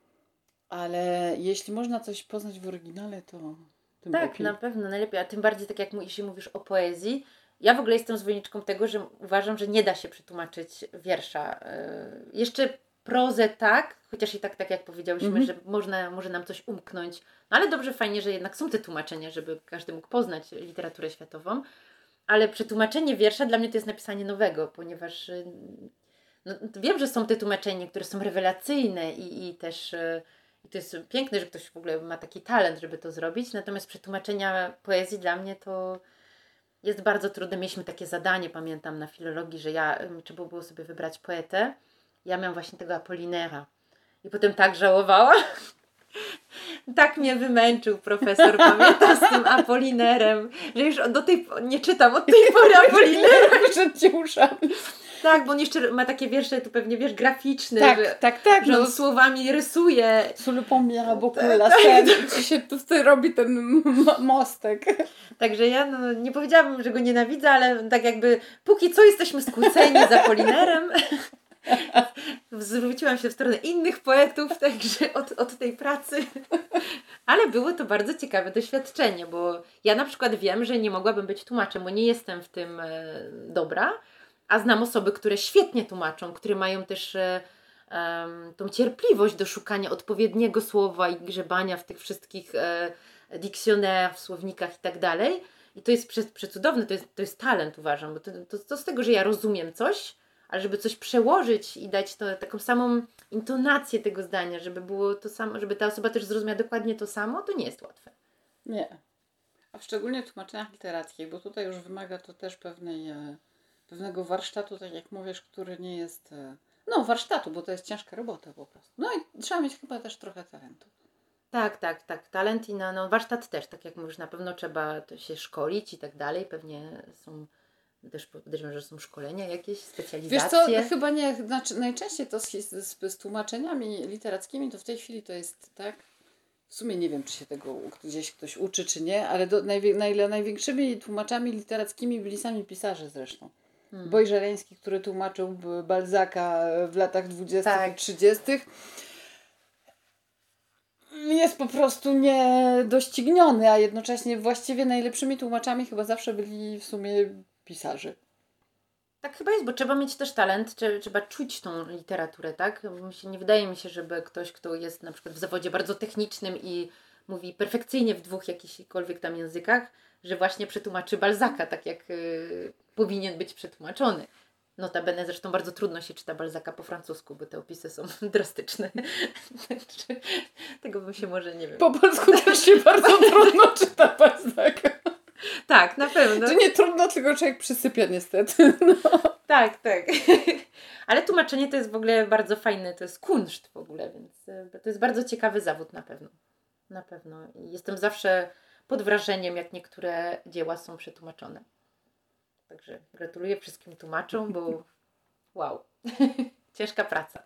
ale jeśli można coś poznać w oryginale, to tym tak, lepiej. na pewno, najlepiej, a tym bardziej tak jak jeśli mówisz o poezji, ja w ogóle jestem zwolenniczką tego, że uważam, że nie da się przetłumaczyć wiersza. Jeszcze prozę tak, chociaż i tak jak powiedziałyśmy, że może nam coś umknąć, no ale dobrze, fajnie, że jednak są te tłumaczenia, żeby każdy mógł poznać literaturę światową, ale przetłumaczenie wiersza dla mnie to jest napisanie nowego, ponieważ wiem, że są te tłumaczenia, które są rewelacyjne i też i to jest piękne, że ktoś w ogóle ma taki talent, żeby to zrobić, natomiast przetłumaczenia poezji dla mnie to jest bardzo trudne. Mieliśmy takie zadanie, pamiętam, na filologii, że trzeba było sobie wybrać poetę. Ja miałam właśnie tego Apollinera i potem tak żałowałam. Tak mnie wymęczył profesor, pamiętam, z tym Apollinerem, że już nie czytam od tej pory Apollinera. Przed cię uszami. Tak, bo on jeszcze ma takie wiersze, tu pewnie wiesz, graficzne, tak, że on słowami rysuje. Sous le pont Mirabeau la Seine, ci się tutaj robi ten mostek. Także ja nie powiedziałabym, że go nienawidzę, ale tak jakby póki co jesteśmy skłóceni z Apollinerem. Zwróciłam się w stronę innych poetów, także od tej pracy. Ale było to bardzo ciekawe doświadczenie, bo ja na przykład wiem, że nie mogłabym być tłumaczem, bo nie jestem w tym dobra, a znam osoby, które świetnie tłumaczą, które mają też tą cierpliwość do szukania odpowiedniego słowa i grzebania w tych wszystkich dictionnaires, w słownikach i tak dalej. I to jest przecudowne, to jest talent, uważam, bo to z tego, że ja rozumiem coś, ale żeby coś przełożyć i dać taką samą intonację tego zdania, żeby było to samo, żeby ta osoba też zrozumiała dokładnie to samo, to nie jest łatwe. Nie. A szczególnie w tłumaczeniach literackich, bo tutaj już wymaga to też pewnego warsztatu, tak jak mówisz, który nie jest No, warsztatu, bo to jest ciężka robota po prostu. No i trzeba mieć chyba też trochę talentu. Tak. Talent i warsztat też, tak jak mówisz, na pewno trzeba to się szkolić i tak dalej. Pewnie są też podejrzewam, że są szkolenia jakieś, specjalizacje. Wiesz co, chyba nie, znaczy najczęściej to z tłumaczeniami literackimi to w tej chwili to jest tak, w sumie nie wiem, czy się tego gdzieś ktoś uczy, czy nie, ale największymi tłumaczami literackimi byli sami pisarze zresztą. Boj Żeleński, który tłumaczył Balzaca w latach 20. i 30. Jest po prostu niedościgniony, a jednocześnie właściwie najlepszymi tłumaczami chyba zawsze byli w sumie pisarze. Tak chyba jest, bo trzeba mieć też talent, trzeba czuć tą literaturę, tak? Nie wydaje mi się, żeby ktoś, kto jest na przykład w zawodzie bardzo technicznym i mówi perfekcyjnie w 2 jakichkolwiek tam językach, że właśnie przetłumaczy Balzaca, tak jak powinien być przetłumaczony. Notabene zresztą bardzo trudno się czyta Balzaca po francusku, bo te opisy są drastyczne. Tego bym się może, nie wiem... Po polsku też się bardzo trudno czyta Balzaca. Tak, na pewno. To nie trudno, tylko człowiek przysypia niestety. No. Tak. Ale tłumaczenie to jest w ogóle bardzo fajne, to jest kunszt w ogóle, więc to jest bardzo ciekawy zawód na pewno. Na pewno. I jestem zawsze pod wrażeniem, jak niektóre dzieła są przetłumaczone. Także gratuluję wszystkim tłumaczom, bo wow, ciężka praca.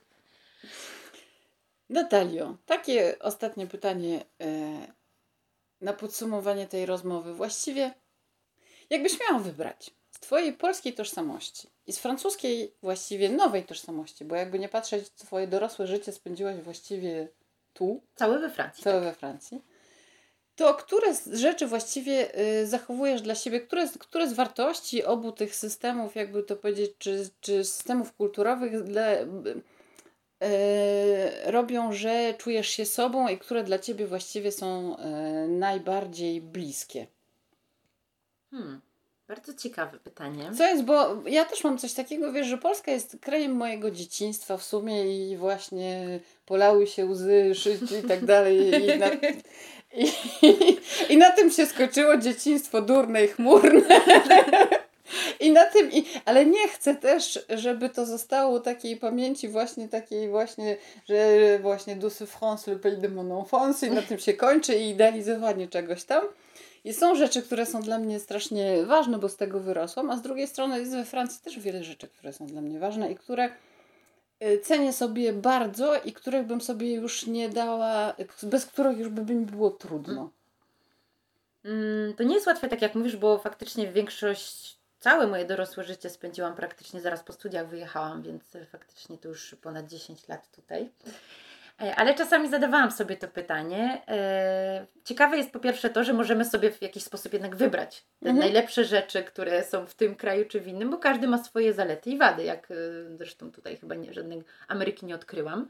Natalio, takie ostatnie pytanie na podsumowanie tej rozmowy. Właściwie, jakbyś miała wybrać z twojej polskiej tożsamości i z francuskiej właściwie nowej tożsamości, bo jakby nie patrzeć, twoje dorosłe życie spędziłaś właściwie tu. Całe we Francji. We Francji. To które z rzeczy właściwie zachowujesz dla siebie, które z wartości obu tych systemów, jakby to powiedzieć, czy systemów kulturowych robią, że czujesz się sobą i które dla ciebie właściwie są najbardziej bliskie? Bardzo ciekawe pytanie. Co jest, bo ja też mam coś takiego, wiesz, że Polska jest krajem mojego dzieciństwa w sumie i właśnie polały się łzy, szyć i tak dalej. I na tym się skończyło dzieciństwo durne i chmurne. I na tym, ale nie chcę też, żeby to zostało takiej pamięci takiej właśnie, że właśnie Douce France, le pays de mon enfance i na tym się kończy i idealizowanie czegoś tam. I są rzeczy, które są dla mnie strasznie ważne, bo z tego wyrosłam, a z drugiej strony jest we Francji też wiele rzeczy, które są dla mnie ważne i które cenię sobie bardzo i których bym sobie już nie dała, bez których już by mi było trudno. To nie jest łatwe, tak jak mówisz, bo faktycznie całe moje dorosłe życie spędziłam praktycznie zaraz po studiach, wyjechałam, więc faktycznie to już ponad 10 lat tutaj. Ale czasami zadawałam sobie to pytanie. Ciekawe jest po pierwsze to, że możemy sobie w jakiś sposób jednak wybrać te najlepsze rzeczy, które są w tym kraju czy w innym, bo każdy ma swoje zalety i wady, jak zresztą tutaj chyba żadnej Ameryki nie odkryłam.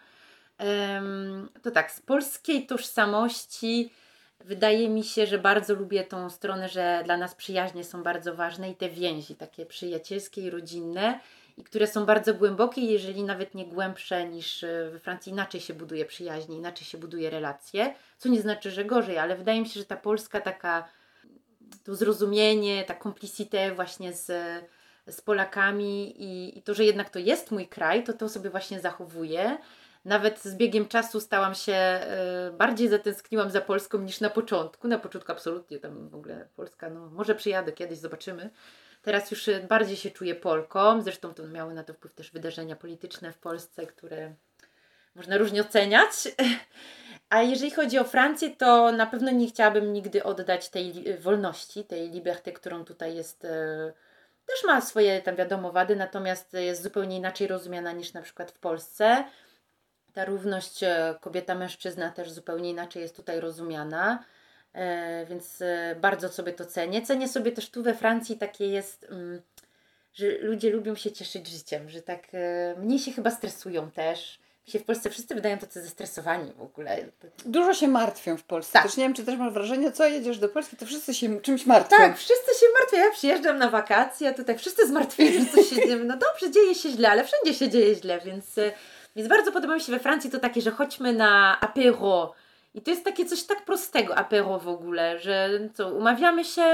To tak, z polskiej tożsamości wydaje mi się, że bardzo lubię tą stronę, że dla nas przyjaźnie są bardzo ważne i te więzi takie przyjacielskie i rodzinne, i które są bardzo głębokie, jeżeli nawet nie głębsze niż we Francji. Inaczej się buduje przyjaźnie, inaczej się buduje relacje, co nie znaczy, że gorzej, ale wydaje mi się, że ta Polska taka, to zrozumienie, ta complicité właśnie z Polakami i to, że jednak to jest mój kraj, to sobie właśnie zachowuję. Nawet z biegiem czasu bardziej zatęskniłam za Polską niż na początku. Na początku absolutnie tam w ogóle Polska, może przyjadę kiedyś, zobaczymy. Teraz już bardziej się czuję Polką. Zresztą to miały na to wpływ też wydarzenia polityczne w Polsce, które można różnie oceniać. A jeżeli chodzi o Francję, to na pewno nie chciałabym nigdy oddać tej wolności, tej liberty, którą tutaj jest. Też ma swoje tam wiadomo wady, natomiast jest zupełnie inaczej rozumiana niż na przykład w Polsce. Ta równość kobieta-mężczyzna też zupełnie inaczej jest tutaj rozumiana, więc bardzo sobie to cenię. Cenię sobie też tu we Francji takie jest, że ludzie lubią się cieszyć życiem, że tak mniej się chyba stresują też. Mi się w Polsce wszyscy wydają tacy zestresowani w ogóle. Dużo się martwią w Polsce. Tak. Też nie wiem, czy też masz wrażenie, co jedziesz do Polski, to wszyscy się czymś martwią. Tak, wszyscy się martwią. Ja przyjeżdżam na wakacje, a tutaj wszyscy zmartwieni, że coś się dzieje. No dobrze, dzieje się źle, ale wszędzie się dzieje źle, więc bardzo podoba mi się we Francji to takie, że chodźmy na apéro. I to jest takie coś tak prostego, apéro w ogóle, że umawiamy się,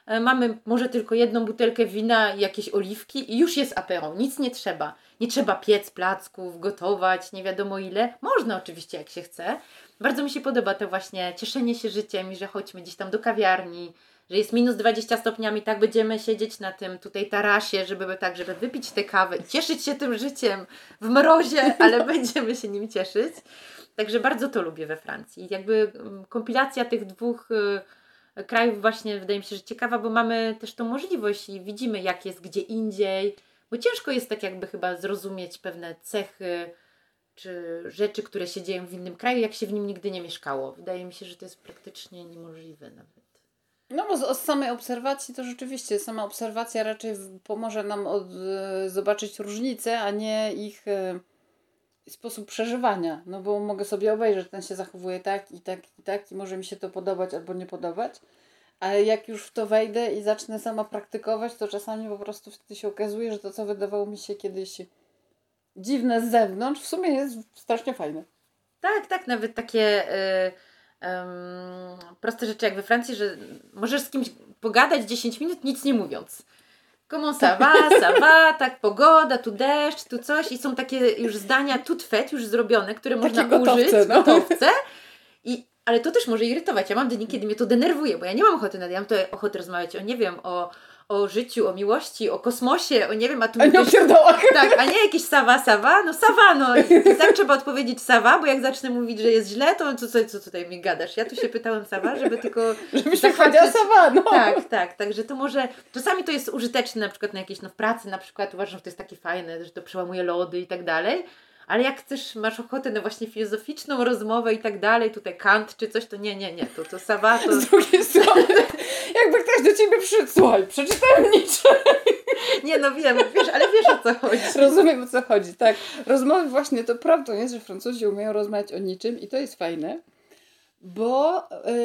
mamy może tylko jedną butelkę wina i jakieś oliwki i już jest apero, nic nie trzeba. Nie trzeba piec placków, gotować, nie wiadomo ile. Można oczywiście, jak się chce. Bardzo mi się podoba to właśnie cieszenie się życiem i że chodźmy gdzieś tam do kawiarni, że jest minus 20 stopniami, tak będziemy siedzieć na tym tutaj tarasie, żeby wypić tę kawę i cieszyć się tym życiem w mrozie, ale będziemy się nim cieszyć. Także bardzo to lubię we Francji. Jakby kompilacja tych dwóch krajów właśnie wydaje mi się, że ciekawa, bo mamy też tą możliwość i widzimy, jak jest gdzie indziej, bo ciężko jest tak jakby chyba zrozumieć pewne cechy czy rzeczy, które się dzieją w innym kraju, jak się w nim nigdy nie mieszkało. Wydaje mi się, że to jest praktycznie niemożliwe nawet. No bo z samej obserwacji to rzeczywiście, sama obserwacja raczej pomoże nam zobaczyć różnice, a nie ich sposób przeżywania. No bo mogę sobie obejrzeć, że ten się zachowuje tak i tak i tak i może mi się to podobać albo nie podobać, ale jak już w to wejdę i zacznę sama praktykować, to czasami po prostu wtedy się okazuje, że to, co wydawało mi się kiedyś dziwne z zewnątrz, w sumie jest strasznie fajne. Tak, nawet takie proste rzeczy jak we Francji, że możesz z kimś pogadać 10 minut, nic nie mówiąc. Comment ça va, tak pogoda, tu deszcz, tu coś i są takie już zdania tout fait, już zrobione, które takie można użyć, gotowce. Ale to też może irytować. Ja mam dni, kiedy mnie to denerwuje, bo ja nie mam ochoty ja mam ochotę rozmawiać o, nie wiem, o życiu, o miłości, o kosmosie, o nie wiem, a tu... A nie o pierdołach. Tak, a nie jakieś sawa, no sawa, no. I tak trzeba odpowiedzieć sawa, bo jak zacznę mówić, że jest źle, to co tutaj mi gadasz? Ja tu się pytałam sawa, żeby tylko... Żeby się chodziła sawa, no. Tak, także to może... Czasami to jest użyteczne, na przykład na jakieś, w pracy na przykład uważam, że to jest takie fajne, że to przełamuje lody i tak dalej. Ale jak masz ochotę na właśnie filozoficzną rozmowę i tak dalej, tutaj Kant czy coś, to nie, to sawa, to... Z drugiej strony, jakby ktoś do ciebie przyszedł, słuchaj, przeczytałem Nietzsche. Nie, no wiem, ale wiesz o co chodzi. Rozumiem, o co chodzi, tak. Rozmowy właśnie, to prawdą jest, że Francuzi umieją rozmawiać o niczym i to jest fajne, bo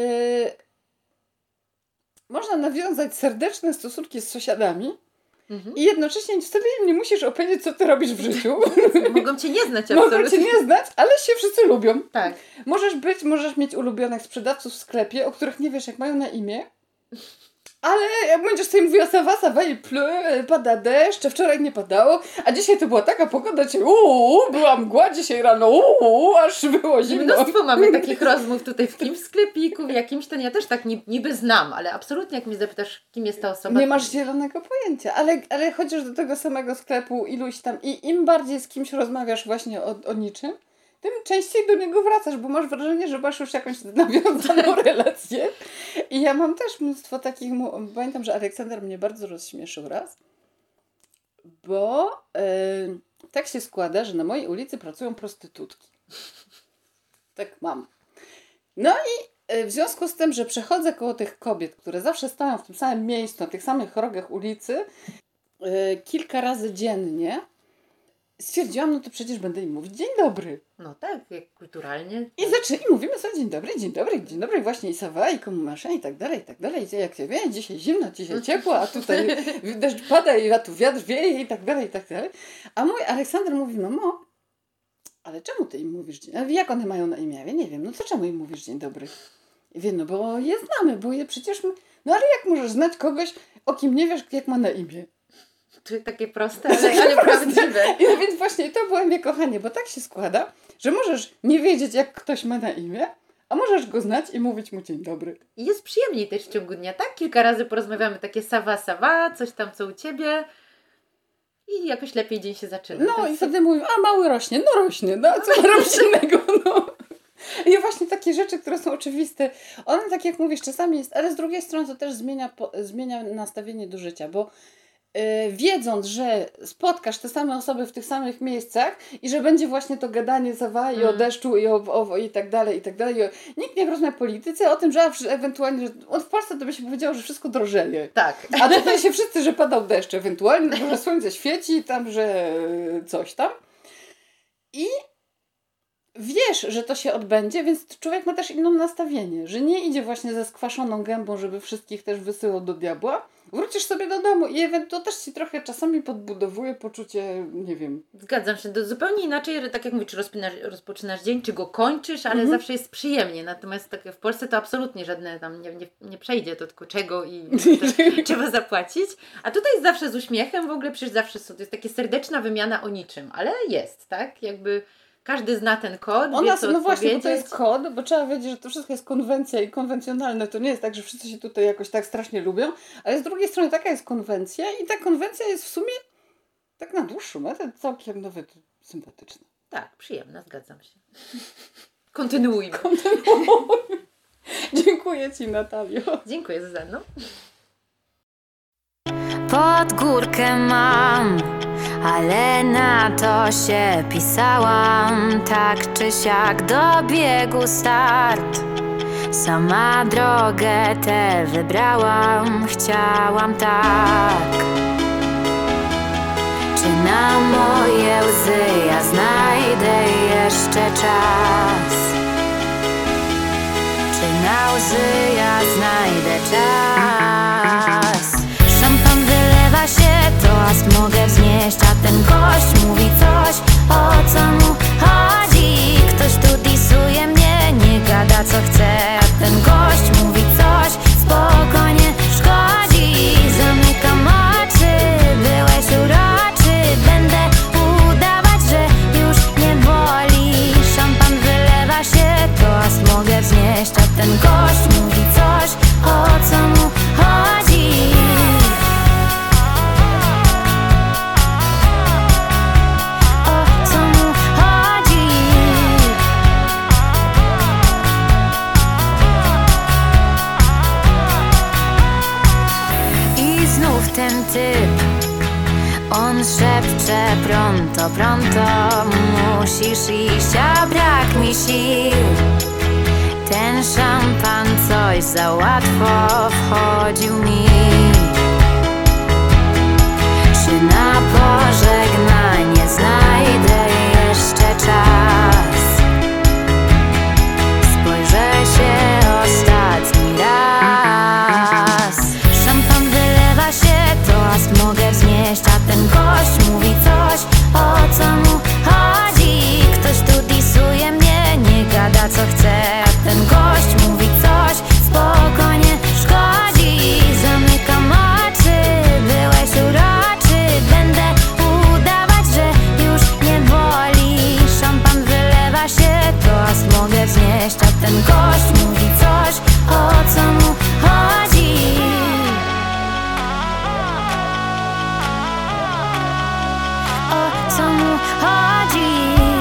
można nawiązać serdeczne stosunki z sąsiadami, i jednocześnie wtedy im nie musisz opowiedzieć, co ty robisz w życiu. Mogą cię nie znać absolutnie. Mogą cię nie znać, ale się wszyscy lubią. Tak. Możesz mieć ulubionych sprzedawców w sklepie, o których nie wiesz, jak mają na imię. Ale jak będziesz sobie mówiła sawa i pada deszcz, wczoraj nie padało, a dzisiaj to była taka pogoda, była mgła dzisiaj rano, aż było zimno. Mnóstwo mamy takich rozmów tutaj w kimś sklepiku, w jakimś ten, ja też tak niby znam, ale absolutnie jak mnie zapytasz, kim jest ta osoba. Nie masz zielonego pojęcia, ale chodzisz do tego samego sklepu iluś tam i im bardziej z kimś rozmawiasz właśnie o niczym, tym częściej do niego wracasz, bo masz wrażenie, że masz już jakąś nawiązaną relację. I ja mam też mnóstwo takich... Pamiętam, że Aleksander mnie bardzo rozśmieszył raz, bo tak się składa, że na mojej ulicy pracują prostytutki. Tak mam. No i w związku z tym, że przechodzę koło tych kobiet, które zawsze stoją w tym samym miejscu, na tych samych rogach ulicy, kilka razy dziennie, stwierdziłam, no to przecież będę im mówić dzień dobry. No tak, jak kulturalnie. I mówimy sobie dzień dobry, właśnie i sawa, i komu masz, i tak dalej, i jak się wie, dzisiaj zimno, dzisiaj ciepło, a tutaj deszcz pada, a tu wiatr wieje, i tak dalej. A mój Aleksander mówi, mamo, ale czemu ty im mówisz dzień dobry? Jak one mają na imię? Ja nie wiem, no to czemu im mówisz dzień dobry? I wiem, no bo je znamy, bo je przecież... No ale jak możesz znać kogoś, o kim nie wiesz, jak ma na imię? To takie proste, ale prawdziwe. I więc właśnie to było mnie kochanie, bo tak się składa, że możesz nie wiedzieć, jak ktoś ma na imię, a możesz go znać i mówić mu dzień dobry. I jest przyjemniej też w ciągu dnia, tak? Kilka razy porozmawiamy takie sawa, coś tam co u ciebie i jakoś lepiej dzień się zaczyna. No i wtedy mówią, a mały rośnie, a co ma robić innego, no. I właśnie takie rzeczy, które są oczywiste, one tak jak mówisz, czasami jest, ale z drugiej strony to też zmienia nastawienie do życia, bo wiedząc, że spotkasz te same osoby w tych samych miejscach i że będzie właśnie to gadanie zawa i o deszczu i tak dalej. Nikt nie rozmawia o polityce, o tym, że ewentualnie, że w Polsce to by się powiedziało, że wszystko drożeje. Tak. A tutaj się wszyscy, że padał deszcz ewentualnie, że słońce świeci, tam, że coś tam. I wiesz, że to się odbędzie, więc człowiek ma też inne nastawienie, że nie idzie właśnie ze skwaszoną gębą, żeby wszystkich też wysyłał do diabła, wrócisz sobie do domu i to też ci trochę czasami podbudowuje poczucie, nie wiem. Zgadzam się, to zupełnie inaczej, tak jak mówisz, rozpoczynasz dzień, czy go kończysz, ale zawsze jest przyjemnie, natomiast tak w Polsce to absolutnie żadne tam nie przejdzie to tylko czego i trzeba zapłacić, a tutaj jest zawsze z uśmiechem, w ogóle przecież zawsze to jest taka serdeczna wymiana o niczym, ale jest, tak, jakby każdy zna ten kod, wie co no właśnie, bo to powiedzieć. jest kod, bo trzeba wiedzieć, że to wszystko jest konwencja i konwencjonalne. To nie jest tak, że wszyscy się tutaj jakoś tak strasznie lubią, ale z drugiej strony taka jest konwencja i ta konwencja jest w sumie tak na dłuższą metę całkiem nawet sympatyczna. Tak, przyjemna, zgadzam się. Kontynuujmy. Dziękuję Ci, Natalio. Dziękuję, Zuzanno. Pod górkę mam, ale na to się pisałam. Tak czy siak do biegu start. Sama drogę tę wybrałam, chciałam tak. Czy na moje łzy ja znajdę jeszcze czas? Czy na łzy ja znajdę czas? Szampan wylewa się, toast mogę wznieść, a ten gość mówi coś, o co mu chodzi. Ktoś tu disuje mnie, nie gada co chce, a ten gość mówi coś, spokojnie szkodzi. Zamykam oczy, byłeś uroczy, będę udawać, że już nie boli. Szampan wylewa się, toast mogę wznieść, a ten gość mówi coś, o co mu chodzi. O co mu chodzi? I znów ten typ, on szepcze pronto, pronto, musisz iść, a brak mi sił. Ten szampan coś za łatwo wchodził mi. Czy na pożegnanie znajdę jeszcze czas? Spojrzę się ostatni raz. Szampan wylewa się, toast mogę wznieść, a ten gość mówi coś, o co mu chodzi. Ktoś tu disuje mnie, nie gada co chce, a ten gość mówi coś, spokojnie szkodzi. Zamykam oczy, byłeś uroczy, będę udawać, że już nie boli. Szampan wylewa się, toast mogę wznieść, a ten gość mówi coś, o co mu chodzi. O co mu chodzi?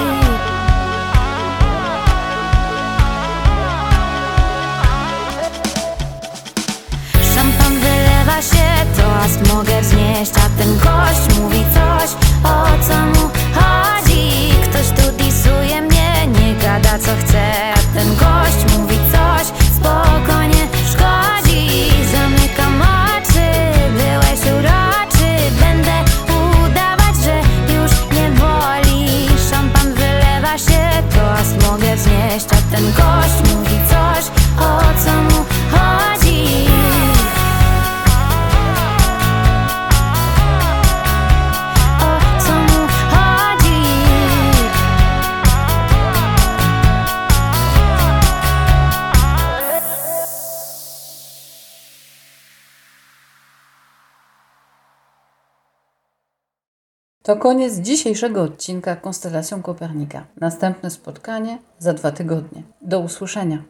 Szampan wylewa się, toast mogę wznieść, a ten gość mówi coś, o co mu chodzi. Ktoś tu disuje mnie, nie gada co chce, a ten gość mówi coś, spokojnie szkodzi. Zamykam oczy, byłeś uroczy, będę udawać, że już nie boli. Szampan wylewa się, toast mogę wznieść, a ten gość mówi coś, o co mu chodzi. O co mu chodzi? To koniec dzisiejszego odcinka Konstelacją Kopernika. Następne spotkanie za 2 tygodnie. Do usłyszenia.